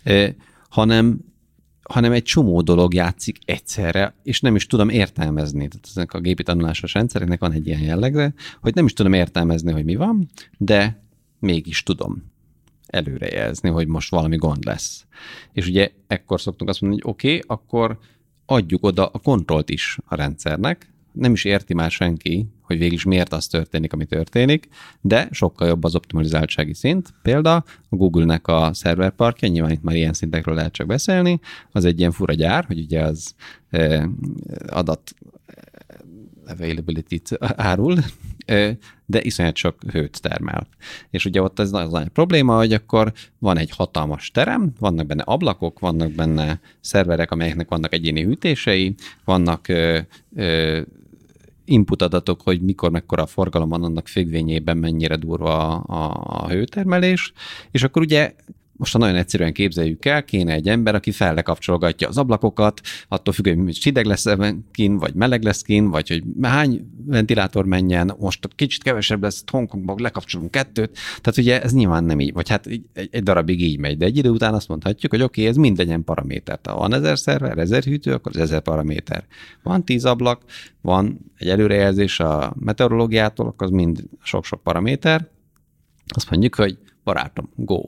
hanem egy csomó dolog játszik egyszerre, és nem is tudom értelmezni. Tehát ezek a gépi tanulásos rendszereknek van egy ilyen jellegre, hogy nem is tudom értelmezni, hogy mi van, de mégis tudom előrejelzni, hogy most valami gond lesz. És ugye ekkor szoktunk azt mondani, hogy oké, akkor adjuk oda a kontrollt is a rendszernek, nem is érti már senki, hogy végül is miért az történik, ami történik, de sokkal jobb az optimalizáltsági szint. Példa a Google-nek a szerverparkja, nyilván itt már ilyen szintekről lehet csak beszélni, az egy ilyen fura gyár, hogy ugye az adat availability-t árul, de iszonyat sok hőt termel. És ugye ott ez az nagy probléma, hogy akkor van egy hatalmas terem, vannak benne ablakok, vannak benne szerverek, amelyeknek vannak egyéni hűtései, vannak input adatok, hogy mikor mekkora a forgalom van, annak függvényében mennyire durva a hőtermelés, és akkor ugye most nagyon egyszerűen képzeljük el, kéne egy ember, aki fellekapcsolgatja az ablakokat, attól függ, hogy hideg lesz kín, vagy meleg lesz kín, vagy hogy hány ventilátor menjen, most kicsit kevesebb lesz, Hongkongban lekapcsolunk 2, tehát ugye ez nyilván nem így, vagy hát egy darabig így megy, de egy idő után azt mondhatjuk, hogy oké, ez mindegyen paraméter. Ha van 1000 szerver, 1000 hűtő, akkor az 1000 paraméter. Van 10 ablak, van egy előrejelzés a meteorológiától, akkor az mind sok-sok paraméter. Azt mondjuk, hogy barátom, go!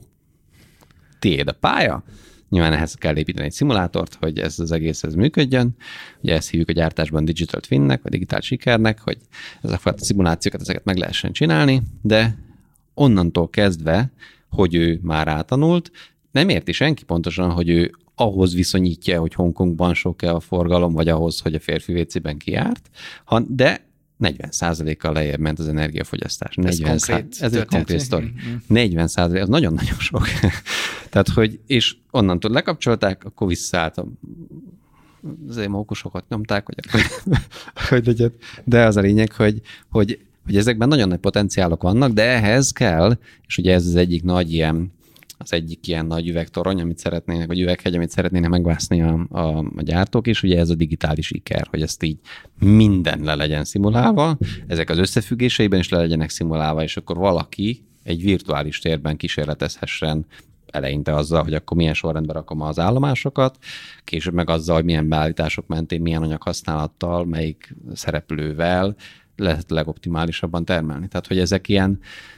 Tiéd a pálya, nyilván ehhez kell építeni egy szimulátort, hogy ez az egész működjön. Ugye ezt hívjuk a gyártásban digital twinnek, vagy digitális sikernek, hogy ezeket a szimulációkat, ezeket meg lehessen csinálni, de onnantól kezdve, hogy ő már átanult, nem érti senki pontosan, hogy ő ahhoz viszonyítja, hogy Hongkongban sok-e a forgalom, vagy ahhoz, hogy a férfi WC-ben kijárt, de 40%-kal lejjebb ment az energiafogyasztás. Ez egy konkrét sztori. 40%, az nagyon-nagyon sok. Tehát, hogy, és onnantól lekapcsolták, akkor visszaállt azért mókusokat nyomták, hogy legyen. De az a lényeg, hogy ezekben nagyon nagy potenciálok vannak, de ehhez kell, és ugye ez az egyik nagy ilyen nagy üvegtorony, amit szeretnének, vagy üveghegy, amit szeretnének megvászni a gyártók, és ugye ez a digitális iker, hogy ezt így minden le legyen szimulálva, ezek az összefüggéseiben is le legyenek szimulálva, és akkor valaki egy virtuális térben kísérletezhessen eleinte azzal, hogy akkor milyen sorrendben rakom az állomásokat, később meg azzal, hogy milyen beállítások mentén, milyen anyaghasználattal, melyik szereplővel lehet legoptimálisabban termelni. Tehát, hogy ezek ilyen,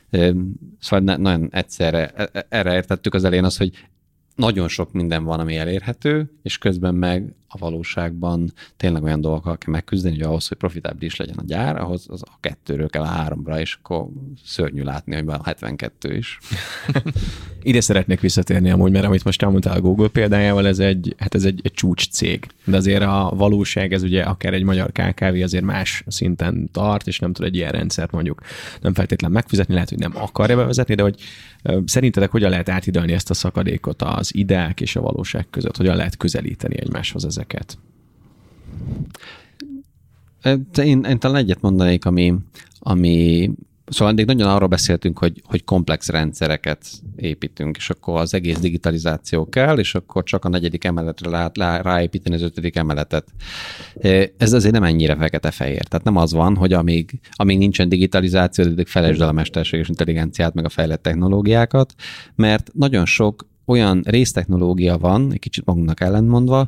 szóval nagyon egyszerre, erre értettük az elején az, hogy nagyon sok minden van, ami elérhető, és közben meg a valóságban tényleg olyan dolgokkal kell megküzdeni, hogy ahhoz, hogy profitábilis legyen a gyár, ahhoz az a 2-ről kell a 3-ra, és akkor szörnyű látni, hogy van 72 is. Ide szeretnék visszatérni amúgy, mert amit most elmondtál a Google példájával, ez egy csúcs cég. De azért a valóság, ez ugye akár egy magyar KKV azért más szinten tart, és nem tud egy ilyen rendszert mondjuk nem feltétlenül megfizetni, lehet, hogy nem akarja bevezetni, de hogy szerintetek hogyan lehet átidalni ezt a szakadékot az ideák és a valóság között? Hogyan lehet közelíteni egymáshoz ezeket? Én talán egyet mondanék, ami szóval eddig nagyon arról beszéltünk, hogy komplex rendszereket építünk, és akkor az egész digitalizáció kell, és akkor csak a 4. emeletre lehet ráépíteni az 5. emeletet. Ez azért nem ennyire fekete-fehér. Tehát nem az van, hogy amíg nincsen digitalizáció, addig felejtsd el a mesterséges intelligenciát, meg a fejlett technológiákat, mert nagyon sok olyan résztechnológia van, egy kicsit magunknak ellentmondva,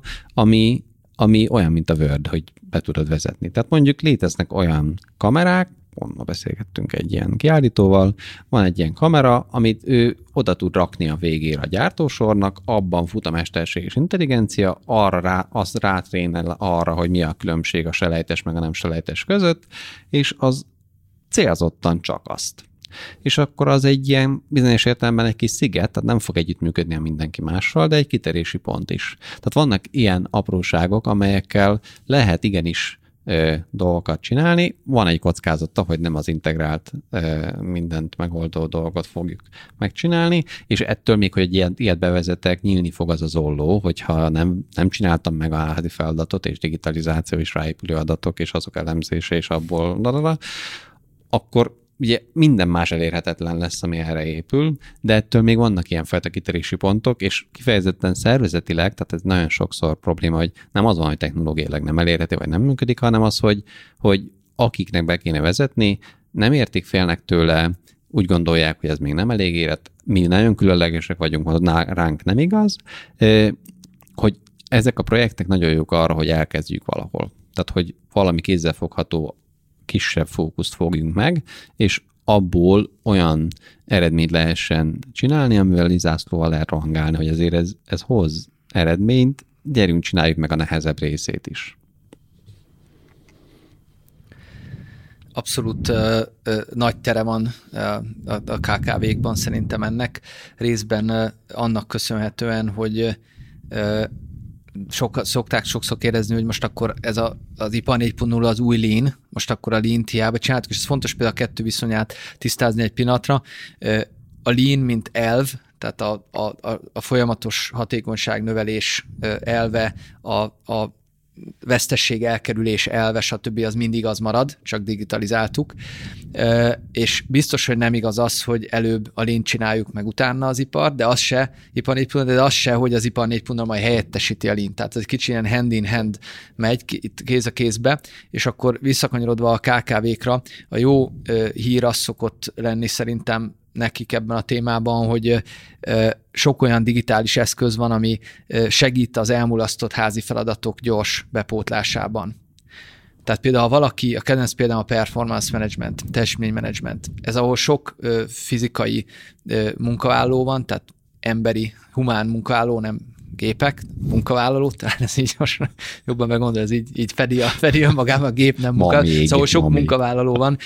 ami olyan, mint a Word, hogy be tudod vezetni. Tehát mondjuk léteznek olyan kamerák, ma beszélgettünk egy ilyen kiállítóval, van egy ilyen kamera, amit ő oda tud rakni a végére a gyártósornak, abban fut a mesterséges intelligencia, azt rátrénel arra, hogy mi a különbség a selejtes meg a nem selejtes között, és az célzottan csak azt. És akkor az egy ilyen bizonyos értelemben egy kis sziget, tehát nem fog együttműködni a mindenki mással, de egy kiterési pont is. Tehát vannak ilyen apróságok, amelyekkel lehet igenis dolgokat csinálni. Van egy kockázata, hogy nem az integrált mindent megoldó dolgot fogjuk megcsinálni, és ettől még, hogy egy ilyet bevezetek, nyílni fog az az olló, hogyha nem csináltam meg a házi feladatot, és digitalizáció is ráépülő adatok, és azok elemzése, és abból akkor ugye minden más elérhetetlen lesz, ami erre épül, de ettől még vannak ilyenfajta kitörési pontok, és kifejezetten szervezetileg, tehát ez nagyon sokszor probléma, hogy nem az van, hogy technológiailag nem elérhető, vagy nem működik, hanem az, hogy akiknek be kéne vezetni, nem értik, félnek tőle, úgy gondolják, hogy ez még nem elég érett, mi nagyon különlegesek vagyunk, hogy ránk nem igaz, hogy ezek a projektek nagyon jók arra, hogy elkezdjük valahol. Tehát, hogy valami kézzelfogható kisebb fókuszt fogjunk meg, és abból olyan eredményt lehessen csinálni, amivel zászlóval lehet rohangálni, hogy azért ez hoz eredményt, gyerünk, csináljuk meg a nehezebb részét is. Abszolút nagy tere van a KKV-kban szerintem ennek. Részben annak köszönhetően, hogy szokták sokszor kérdezni, hogy most akkor ez az IPA 4.0 az új Lean, most akkor a Lean-t hiába csináltuk, és ez fontos például a kettő viszonyát tisztázni egy pillanatra. A Lean, mint elv, tehát a folyamatos hatékonyságnövelés elve, a vesztesség elkerülés elve, stb. Az mindig az marad, csak digitalizáltuk. És biztos, hogy nem igaz az, hogy előbb a Lean csináljuk meg utána az ipar, de az se, IPA 4.0, de az se, hogy az IPA 4.0 majd helyettesíti a Lean. Tehát ez kicsi ilyen hand in hand megy, itt kéz a kézbe, és akkor visszakanyarodva a KKV-kra, a jó hír az szokott lenni szerintem nekik ebben a témában, hogy sok olyan digitális eszköz van, ami segít az elmulasztott házi feladatok gyors bepótlásában. Tehát például, ha valaki, a kedvenc például a performance management, teljesítménymenedzsment, ez ahol sok fizikai munkavállaló van, tehát emberi, humán munkavállaló, nem gépek, munkavállaló, talán ez így most jobban megmondom, ez így fedi önmagában a gép, nem munkavállaló. Szóval sok munkavállaló van,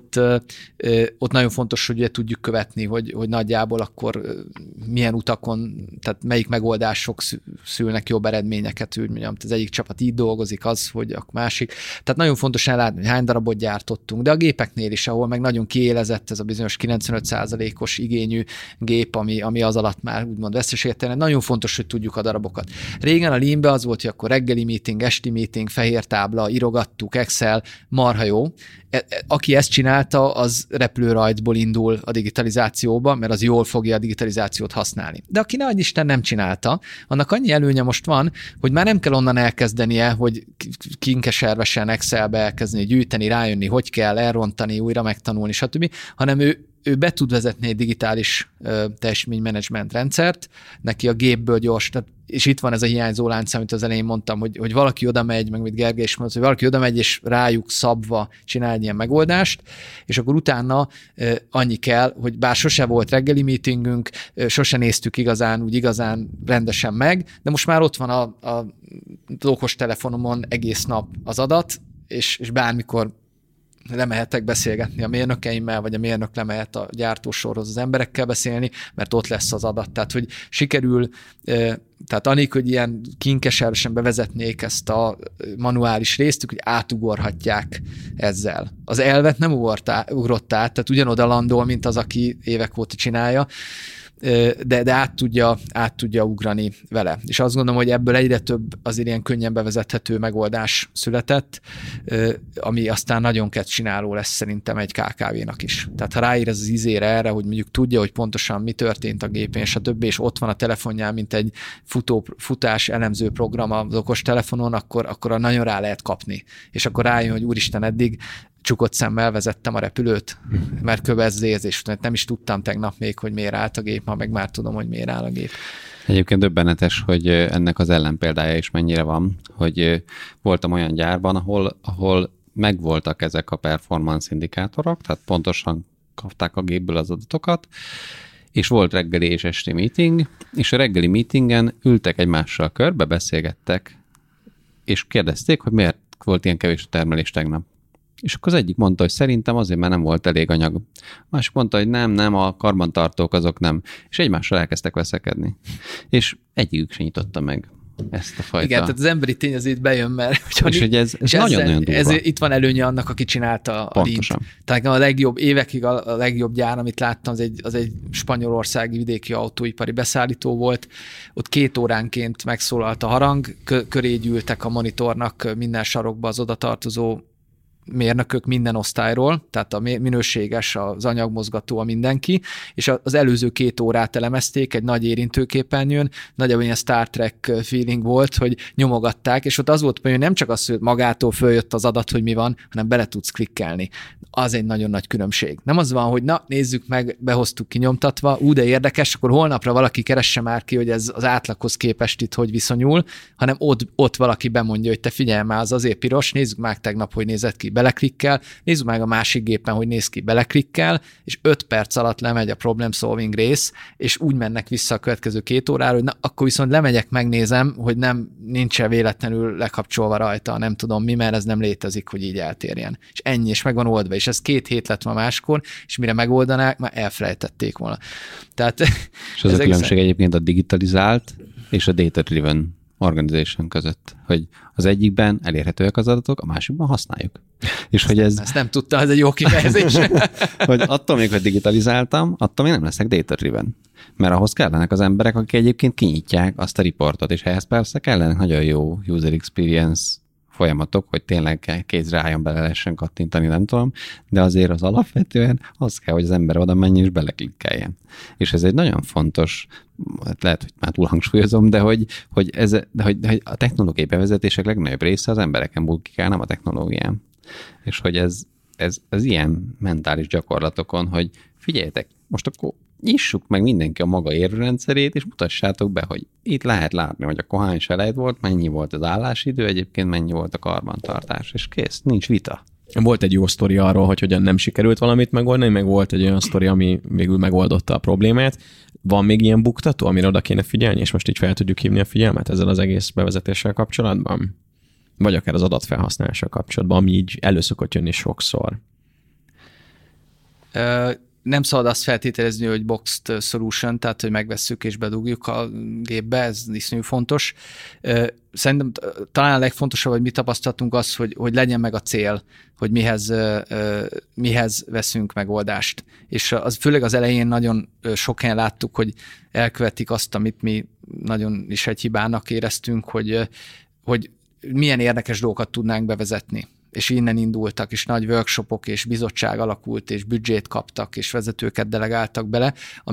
ott nagyon fontos, hogy ugye tudjuk követni, hogy nagyjából akkor milyen utakon, tehát melyik megoldások szülnek jobb eredményeket, úgy mondjam, az egyik csapat így dolgozik, az, hogy a másik. Tehát nagyon fontos látni, hogy hány darabot gyártottunk, de a gépeknél is, ahol meg nagyon kiélezett ez a bizonyos 95%-os igényű gép, ami az alatt már úgymond veszteséget, nagyon fontos, hogy tudjuk a darabokat. Régen a Lean-be az volt, hogy akkor reggeli meeting, esti meeting, fehér tábla, írogattuk, Excel, marha jó. Aki ezt csinálta, az repülőrajzból indul a digitalizációba, mert az jól fogja a digitalizációt használni. De aki nehogy Isten nem csinálta, annak annyi előnye most van, hogy már nem kell onnan elkezdenie, hogy kinkeservesen Excelbe elkezdeni gyűjteni, rájönni, hogy kell elrontani, újra megtanulni, stb., hanem ő be tud vezetni egy digitális teljesítménymenedzsment rendszert, neki a gépből gyors, és itt van ez a hiányzó lánc, amit az elején mondtam, hogy valaki oda megy, meg mit Gergely is mondta, hogy valaki oda megy, és rájuk szabva csinál egy ilyen megoldást, és akkor utána annyi kell, hogy bár sose volt reggeli meetingünk, sose néztük igazán rendesen meg, de most már ott van a okostelefonomon egész nap az adat, és bármikor lemehetek beszélgetni a mérnökeimmel, vagy a mérnök lemehet a gyártósorhoz az emberekkel beszélni, mert ott lesz az adat. Tehát, hogy sikerül, tehát anélkül, hogy ilyen kinkeservesen bevezetnék ezt a manuális részt, hogy átugorhatják ezzel. Az elvet nem ugrott át, tehát ugyanoda landol, mint az, aki évek óta csinálja, de át tudja ugrani vele. És azt gondolom, hogy ebből egyre több azért ilyen könnyen bevezethető megoldás született, ami aztán nagyon csináló lesz szerintem egy KKV-nak is. Tehát ha ráír ez az ízére erre, hogy mondjuk tudja, hogy pontosan mi történt a gépen, és a többi, és ott van a telefonján, mint egy futás elemző program az okos telefonon, akkor nagyon rá lehet kapni. És akkor rájön, hogy úristen, eddig csukott szemmel vezettem a repülőt, mert kövezzéz, és nem is tudtam tegnap még, hogy miért állt a gép, ma meg már tudom, hogy miért áll a gép. Egyébként döbbenetes, hogy ennek az ellenpéldája is mennyire van, hogy voltam olyan gyárban, ahol megvoltak ezek a performance indikátorok, tehát pontosan kapták a gépből az adatokat, és volt reggeli és esti meeting, és a reggeli meetingen ültek egymással körbe, beszélgettek, és kérdezték, hogy miért volt ilyen kevés a termelés tegnap. És akkor az egyik mondta, hogy szerintem azért, mert nem volt elég anyag. A másik mondta, hogy nem, a karbantartók azok nem. És egymással elkezdtek veszekedni. És egyikük sem nyitotta meg ezt a fajta. Igen, tehát az emberi tény az itt bejön, mert... És hogy ez nagyon-nagyon durva. Itt van előnye annak, aki csinálta a Lean-t. Tehát a legjobb, évekig a legjobb gyár, amit láttam, az egy spanyolországi vidéki autóipari beszállító volt. Ott 2 óránként megszólalt a harang, köré gyűltek a monitornak minden sarokba az odatartozó mérnökök minden osztályról, tehát a minőséges, az anyagmozgató, a mindenki, és az előző 2 órát elemezték egy nagy érintőképernyőn, nagyobb ilyen Star Trek feeling volt, hogy nyomogatták, és ott az volt, hogy nem csak az, hogy magától följött az adat, hogy mi van, hanem bele tudsz klikkelni. Az egy nagyon nagy különbség. Nem az van, hogy na, nézzük meg, behoztuk kinyomtatva, de érdekes, akkor holnapra valaki keresse már ki, hogy ez az átlaghoz képest itt hogy viszonyul, hanem ott valaki bemondja, hogy te figyelj már, az azért piros, nézzük meg tegnap, hogy nézett ki, beleklikkel, nézzük meg a másik gépen, hogy néz ki, beleklikkel, és 5 perc alatt lemegy a problem solving rész, és úgy mennek vissza a következő 2 órára, hogy na, akkor viszont lemegyek, megnézem, hogy nincs-e véletlenül lekapcsolva rajta, nem tudom mi, mert ez nem létezik, hogy így eltérjen. És ennyi, és meg van oldva, és ez 2 hét lett ma máskor, és mire megoldanák, már elfelejtették volna. Tehát, és ez a különbség egyébként a digitalizált és a data-driven organization között, hogy az egyikben elérhetőek az adatok, a másikban használjuk. És hogy ezt nem tudta, ez egy jó kifejezés. hogy attól még, hogy digitalizáltam, attól még nem leszek data-driven. Mert ahhoz kellenek az emberek, akik egyébként kinyitják azt a riportot, és ehhez persze kellenek nagyon jó user experience folyamatok, hogy tényleg kézre álljon, bele lehessen kattintani, nem tudom, de azért az alapvetően az kell, hogy az ember oda menjen és beleklikkeljen. És ez egy nagyon fontos, lehet, hogy már túlhangsúlyozom, de hogy a technológiai bevezetések legnagyobb része az embereken bukik el, nem a technológián. És hogy ez ilyen mentális gyakorlatokon, hogy figyeljetek, most akkor nyissuk meg mindenki a maga érvrendszerét, és mutassátok be, hogy itt lehet látni, hogy akkor hány selejt volt, mennyi volt az állásidő, egyébként mennyi volt a karbantartás, és kész, nincs vita. Volt egy jó sztori arról, hogy hogyan nem sikerült valamit megoldani, meg volt egy olyan sztori, ami végül megoldotta a problémát. Van még ilyen buktató, amire oda kéne figyelni, és most így fel tudjuk hívni a figyelmet ezzel az egész bevezetéssel kapcsolatban? Vagy akár az adatfelhasználással kapcsolatban, ami így elő szokott jönni sokszor. Nem szabad azt feltételezni, hogy boxed solution, tehát hogy megvesszük és bedugjuk a gépbe, ez iszonyú fontos. Szerintem talán a legfontosabb, hogy mi tapasztaltunk az, hogy legyen meg a cél, hogy mihez veszünk megoldást. És az főleg az elején nagyon sok helyen láttuk, hogy elkövetik azt, amit mi nagyon is egy hibának éreztünk, hogy milyen érdekes dolgokat tudnánk bevezetni. És innen indultak, és nagy workshopok, és bizottság alakult, és büdzsét kaptak, és vezetőket delegáltak bele,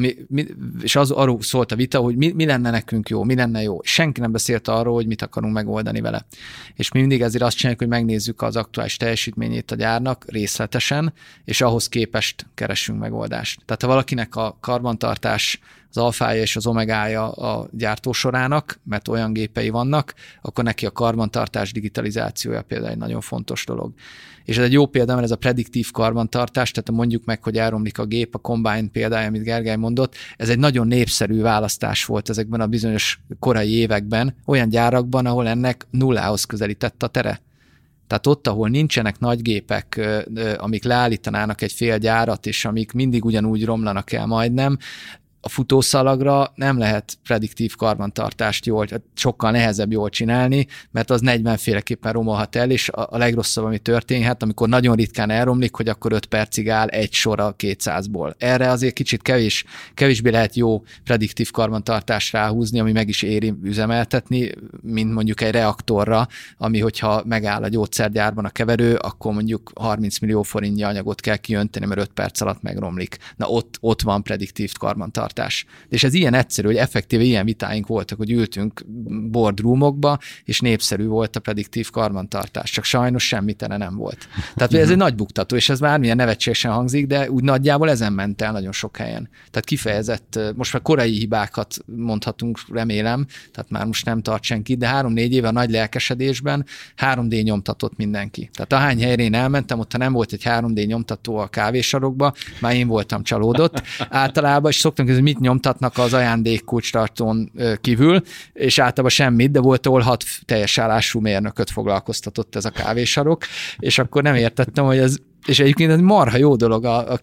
és arról szólt a vita, hogy mi lenne nekünk jó, mi lenne jó. És senki nem beszélt arról, hogy mit akarunk megoldani vele. És mi mindig ezért azt csináljuk, hogy megnézzük az aktuális teljesítményét a gyárnak részletesen, és ahhoz képest keresünk megoldást. Tehát ha valakinek a karbantartás az alfája és az omegája a gyártósorának, mert olyan gépei vannak, akkor neki a karbantartás digitalizációja például egy nagyon fontos dolog. És ez egy jó példa, mert ez a prediktív karbantartás, tehát mondjuk meg, hogy elromlik a gép, a Combine példája, amit Gergely mondott, ez egy nagyon népszerű választás volt ezekben a bizonyos korai években, olyan gyárakban, ahol ennek nullához közelített a tere. Tehát ott, ahol nincsenek nagy gépek, amik leállítanának egy fél gyárat, és amik mindig ugyanúgy romlanak el majdnem, a futószalagra nem lehet prediktív karbantartást sokkal nehezebb jól csinálni, mert az 40 féleképpen romolhat el, és a legrosszabb, ami történhet, amikor nagyon ritkán elromlik, hogy akkor 5 percig áll egy sor a 200-ból. Erre azért kicsit kevésbé lehet jó prediktív karbantartást ráhúzni, ami meg is éri üzemeltetni, mint mondjuk egy reaktorra, ami hogyha megáll a gyógyszergyárban a keverő, akkor mondjuk 30 millió forintnyi anyagot kell kiönteni, mert 5 perc alatt megromlik. Na ott van prediktív karbantartás. És ez ilyen egyszerű, hogy effektíve ilyen vitáink voltak, hogy ültünk boardroomokba, és népszerű volt a prediktív karbantartás, csak sajnos semmitene nem volt. Tehát ez egy nagy buktató, és ez bármilyen nevetségesen hangzik, de úgy nagyjából ezen ment el nagyon sok helyen. Tehát kifejezett, most már korai hibákat mondhatunk, remélem, tehát már most nem tart senki, de 3-4 éve a nagy lelkesedésben 3D nyomtatott mindenki. Tehát ahány helyre én elmentem, ott ha nem volt egy 3D nyomtató a kávésarokba, már én voltam csalódott. Általában, és szoktam hogy mit nyomtatnak az ajándékkulcstartón kívül, és általában semmit, de volt, ahol 6 teljes állású mérnököt foglalkoztatott ez a kávésarok, és akkor nem értettem, hogy ez és egyébként ez marha jó dolog a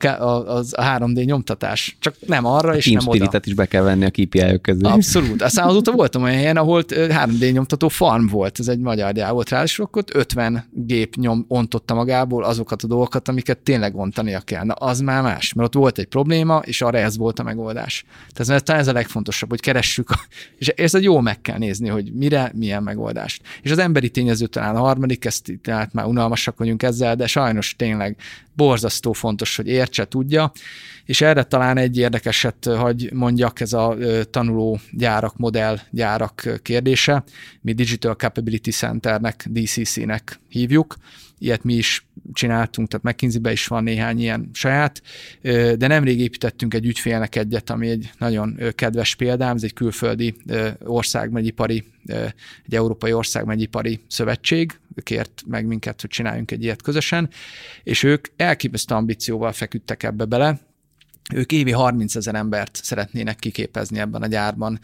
3D nyomtatás. Csak nem arra, és nem oda. Spiritet is be kell venni a KPI-ök közé. Abszolút. Aztán azóta voltam olyan helyen, ahol 3D nyomtató farm volt, ez egy magyar gyár volt rá, és akkor 50 gép ontotta magából azokat a dolgokat, amiket tényleg ontania kell. Na, az már más, mert ott volt egy probléma, és arra ez volt a megoldás. Tehát ez a legfontosabb, hogy keressük, és ezt jó meg kell nézni, hogy mire, milyen megoldást. És az emberi tényező talán a harmadik, ezt tehát már unalmasak vagyunk ezzel, de sajnos tényleg borzasztó fontos, hogy értse, tudja, és erre talán egy érdekeset, hogy mondjak, ez a tanuló gyárak, modell gyárak kérdése. Mi Digital Capability Centernek, DCC-nek hívjuk. Ilyet mi is csináltunk, tehát McKinsey-ben is van néhány ilyen saját, de nemrég építettünk egy ügyfélnek egyet, ami egy nagyon kedves példám, ez egy külföldi országmegyipari, egy európai országmegyipari szövetség, kért meg minket, hogy csináljunk egy ilyet közösen, és ők elképesztő ambícióval feküdtek ebbe bele, ők évi 30 000 embert szeretnének kiképezni ebben a gyárban.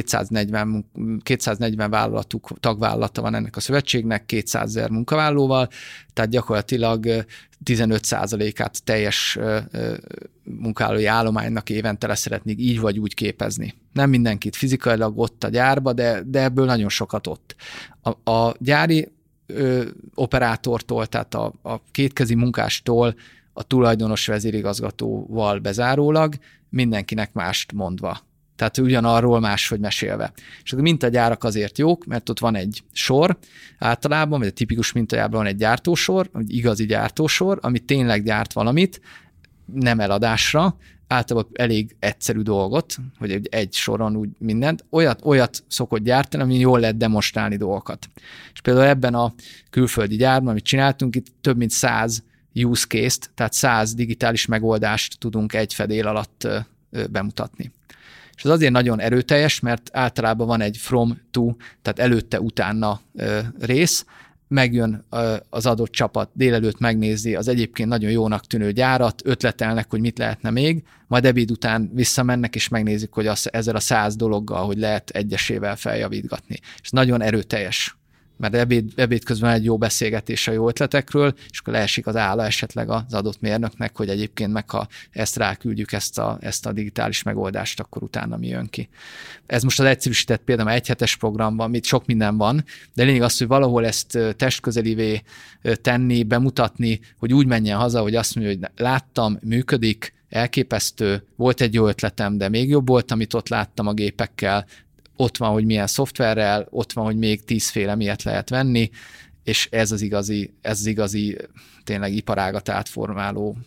240 vállalatuk, tagvállalata van ennek a szövetségnek, 200 000 munkavállalóval, tehát gyakorlatilag 15%-át teljes munkavállalói állománynak évente szeretnék így vagy úgy képezni. Nem mindenkit fizikailag ott a gyárba, de ebből nagyon sokat ott. A gyári operátortól, tehát a kétkezi munkástól a tulajdonos vezérigazgatóval bezárólag, mindenkinek mást mondva. Tehát ugyanarról máshogy mesélve. És a mintagyárak azért jók, mert ott van egy sor általában, vagy a tipikus mintagyárban van egy gyártósor, egy igazi gyártósor, ami tényleg gyárt valamit, nem eladásra, általában elég egyszerű dolgot, hogy egy soron úgy mindent, olyat szokott gyártani, ami jól lehet demonstrálni dolgokat. És például ebben a külföldi gyárban, amit csináltunk, itt több mint 100 use case-t, tehát 100 digitális megoldást tudunk egy fedél alatt bemutatni. És ez azért nagyon erőteljes, mert általában van egy from to, tehát előtte-utána rész, megjön az adott csapat, délelőtt megnézi az egyébként nagyon jónak tűnő gyárat, ötletelnek, hogy mit lehetne még, majd ebéd után visszamennek, és megnézik, hogy ezzel a 100 dologgal, hogy lehet egyesével feljavítgatni. És nagyon erőteljes, mert ebéd közben egy jó beszélgetés a jó ötletekről, és akkor leesik az álla esetleg az adott mérnöknek, hogy egyébként meg ha ezt ráküldjük, ezt a digitális megoldást, akkor utána mi jön ki. Ez most az egyszerűsített például egyhetes programban, itt sok minden van, de lényeg az, hogy valahol ezt testközelivé tenni, bemutatni, hogy úgy menjen haza, hogy azt mondja, hogy láttam, működik, elképesztő, volt egy jó ötletem, de még jobb volt, amit ott láttam a gépekkel, ott van, hogy milyen szoftverrel, ott van, hogy még 10 féle miért lehet venni, és ez az igazi tényleg iparágat átformáló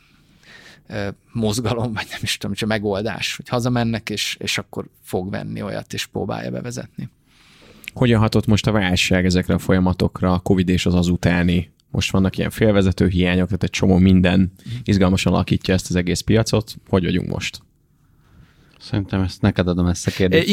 mozgalom, vagy nem is tudom, csak megoldás, hogy hazamennek, és akkor fog venni olyat, és próbálja bevezetni. Hogyan hatott most a válság ezekre a folyamatokra, a Covid és az utáni? Most vannak ilyen félvezető hiányok, tehát egy csomó minden izgalmasan alakítja ezt az egész piacot. Hogy vagyunk most? Szerintem ezt neked adom ezt a kérdést.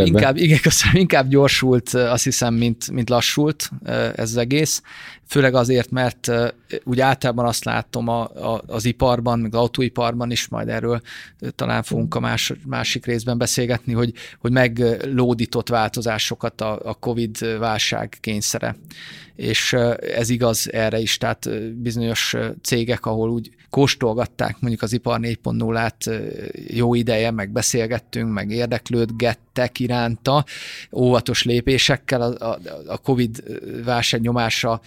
Inkább gyorsult, azt hiszem, mint lassult ez az egész. Főleg azért, mert úgy általában azt látom az iparban, meg az autóiparban is, majd erről talán fogunk a másik részben beszélgetni, hogy meglódított változásokat a Covid válság kényszere. És ez igaz erre is, tehát bizonyos cégek, ahol úgy kóstolgatták mondjuk az ipar 4.0-át jó ideje, meg beszélgettünk, meg érdeklődgettek iránta, óvatos lépésekkel a Covid válság nyomásának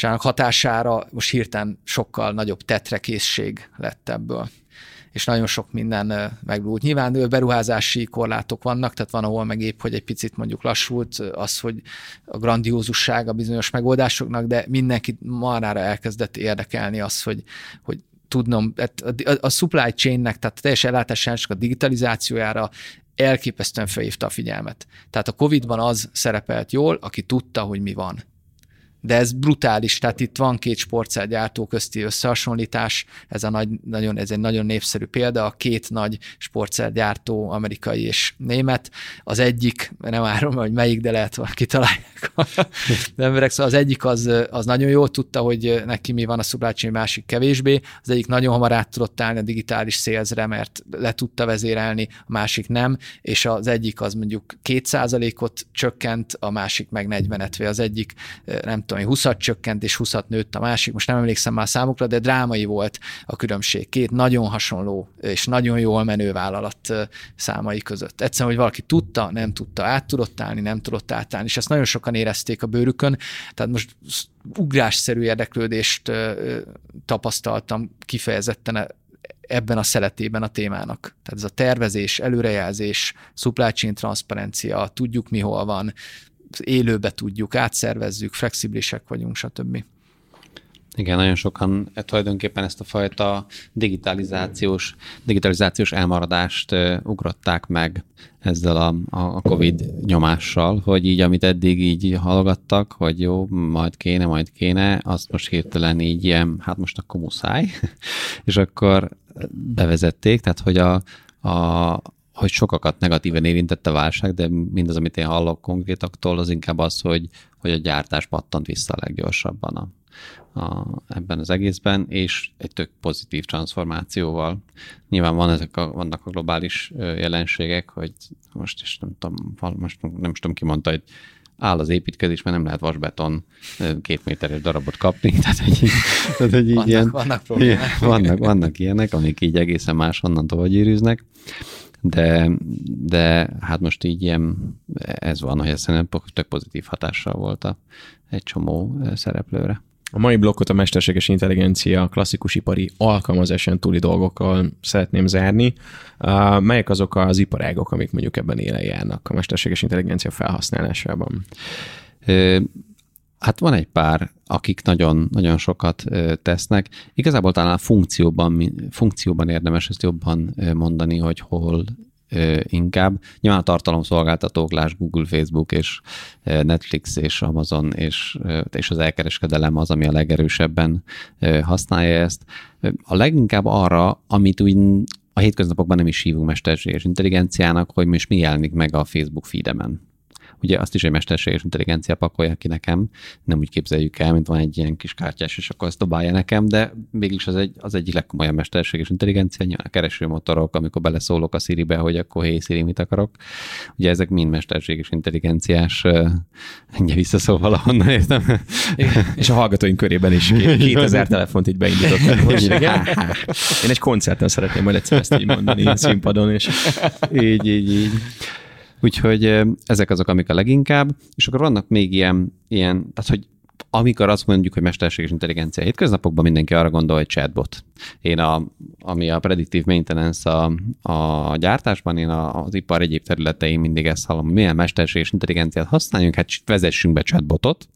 hatására most hirtelen sokkal nagyobb tetrekészség lett ebből. És nagyon sok minden meglúlt. Nyilván beruházási korlátok vannak, tehát van, ahol meg épp, hogy egy picit mondjuk lassult az, hogy a grandiózusság a bizonyos megoldásoknak, de mindenkit marára elkezdett érdekelni az, hogy tudnom, a supply chainnek, tehát a teljes ellátásának a digitalizációjára elképesztően felhívta a figyelmet. Tehát a Covid-ban az szerepelt jól, aki tudta, hogy mi van. De ez brutális, tehát itt van két sportszergyártó közti összehasonlítás, ez egy nagyon népszerű példa, a két nagy sportszergyártó, amerikai és német, az egyik, nem árom, hogy melyik, de lehet valaki találják az emberek, szóval az egyik az nagyon jól tudta, hogy neki mi van, a supply chain, másik kevésbé, az egyik nagyon hamar át tudott állni a digitális salesre, mert le tudta vezérelni, a másik nem, és az egyik az mondjuk 2%-ot csökkent, a másik meg 40-et, vagy az egyik nem tudom, 20-at csökkent, és 20-at nőtt a másik, most nem emlékszem már a számokra, de drámai volt a különbség. Két nagyon hasonló és nagyon jól menő vállalat számai között. Egyszerűen, hogy valaki tudta, nem tudta, át tudott állni, nem tudott átállni, és ezt nagyon sokan érezték a bőrükön, tehát most ugrásszerű érdeklődést tapasztaltam kifejezetten ebben a szeletében a témának. Tehát ez a tervezés, előrejelzés, supply chain transzparencia, tudjuk mi hol van, élőbe tudjuk, átszervezzük, flexibilisek vagyunk, stb. Igen, nagyon sokan tulajdonképpen ezt a fajta digitalizációs elmaradást ugrották meg ezzel a Covid nyomással, hogy így, amit eddig így hallgattak, hogy jó, majd kéne, azt most hirtelen így ilyen, hát most akkor muszáj, és akkor bevezették, tehát hogy hogy sokakat negatíven érintett a válság, de mindaz, amit én hallok konkrétaktól, az inkább az, hogy a gyártás pattant vissza a leggyorsabban ebben az egészben, és egy tök pozitív transformációval. Nyilván vannak a globális jelenségek, hogy most is nem tudom ki mondta, hogy áll az építkezés, mert nem lehet vasbeton 2 méteres darabot kapni. Tehát, hogy vannak problémák. Vannak ilyenek, amik így egészen máshonnan továbbgyűrűznek. De hát most így ez van, hogy ez szerintem tök pozitív hatással volt egy csomó szereplőre. A mai blokkot a mesterséges intelligencia klasszikus ipari alkalmazáson túli dolgokkal szeretném zárni. Melyek azok az iparágok, amik mondjuk ebben élen járnak a mesterséges intelligencia felhasználásában? Hát van egy pár, akik nagyon, nagyon sokat tesznek. Igazából talán a funkcióban érdemes ezt jobban mondani, hogy hol inkább. Nyilván a tartalomszolgáltatók, lásd Google, Facebook és Netflix és Amazon és az elkereskedelem az, ami a legerősebben használja ezt. A leginkább arra, amit úgy a hétköznapokban nem is hívunk mesterséges intelligenciának, hogy most mi jelenik meg a Facebook feedemen. Ugye azt is egy mesterséges intelligencia pakolja ki nekem, nem úgy képzeljük el, mint van egy ilyen kis kártyás, és akkor ezt dobálja nekem, de mégis az egyik legkomolyabb mesterséges intelligencia, nyilván a keresőmotorok, amikor beleszólok a Siribe, hogy akkor hey Siri, mit akarok. Ugye ezek mind mesterséges intelligenciás, ennyi visszaszól valahonnan, értem. És a hallgatóink körében is 2000 telefont így beindítottam. Én egy koncerten szeretném majd egyszer ezt így mondani, színpadon, és így. Úgyhogy ezek azok, amik a leginkább, és akkor vannak még ilyen tehát hogy amikor azt mondjuk, hogy mesterséges intelligencia hétköznapokban, mindenki arra gondol, hogy chatbot. Én ami a predictive maintenance a gyártásban, én az ipar egyéb területein mindig ezt hallom, hogy milyen mesterséges intelligenciát használjunk, hát vezessünk be chatbotot,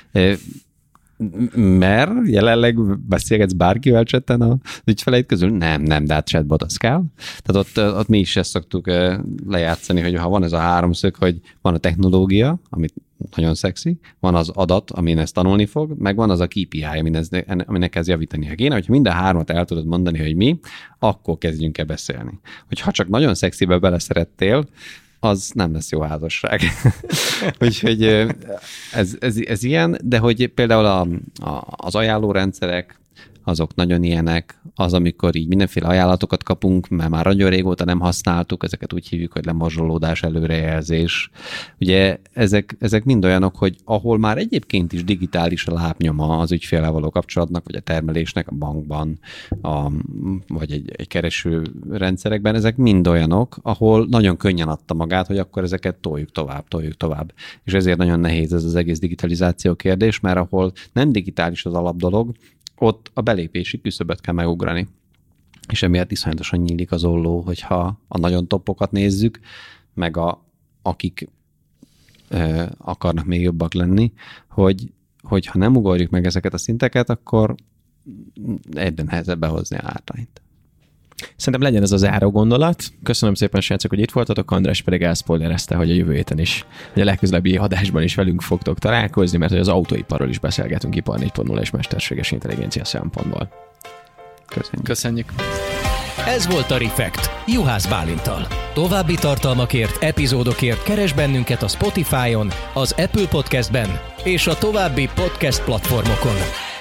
mert jelenleg beszélgetsz bárkivel chatten az ügyfeleid közül? Nem, de hát chatbot az kell. Tehát ott mi is ezt szoktuk lejátszani, hogy ha van ez a háromszög, hogy van a technológia, amit nagyon szexi, van az adat, amin ezt tanulni fog, meg van az a KPI, aminek ez javítani kéne. Hogyha minden hármat el tudod mondani, hogy mi, akkor kezdjünk el beszélni. Hogyha csak nagyon szexibe beleszerettél, az nem lesz jó házasság. Úgyhogy ez ilyen, de hogy például az ajánlórendszerek, azok nagyon ilyenek, az, amikor így mindenféle ajánlatokat kapunk, mert már nagyon régóta nem használtuk, ezeket úgy hívjuk, hogy lemorzsolódás, előrejelzés. Ugye ezek mind olyanok, hogy ahol már egyébként is digitális a lábnyoma az ügyféllel való kapcsolatnak, vagy a termelésnek a bankban, vagy egy kereső rendszerekben, ezek mind olyanok, ahol nagyon könnyen adta magát, hogy akkor ezeket toljuk tovább. És ezért nagyon nehéz ez az egész digitalizáció kérdés, mert ahol nem digitális az alapdolog, ott a belépési küszöböt kell megugrani. És emiatt iszonyatosan nyílik az olló, hogyha a nagyon toppokat nézzük, meg akik akarnak még jobbak lenni, hogy ha nem ugorjuk meg ezeket a szinteket, akkor egyre nehezebb behozni a hátrányt. Szerintem legyen ez az záró gondolat. Köszönöm szépen, srácok, hogy itt voltatok. András pedig elszpoilerezte, hogy a jövő héten is, hogy a legközelebbi adásban is velünk fogtok találkozni, mert hogy az autóiparról is beszélgetünk ipar 4.0 és mesterséges intelligencia szempontból. Köszönjük. Ez volt a Refekt, Juhász Bálinttal. További tartalmakért, epizódokért keresd bennünket a Spotify-on, az Apple Podcastben és a további podcast platformokon.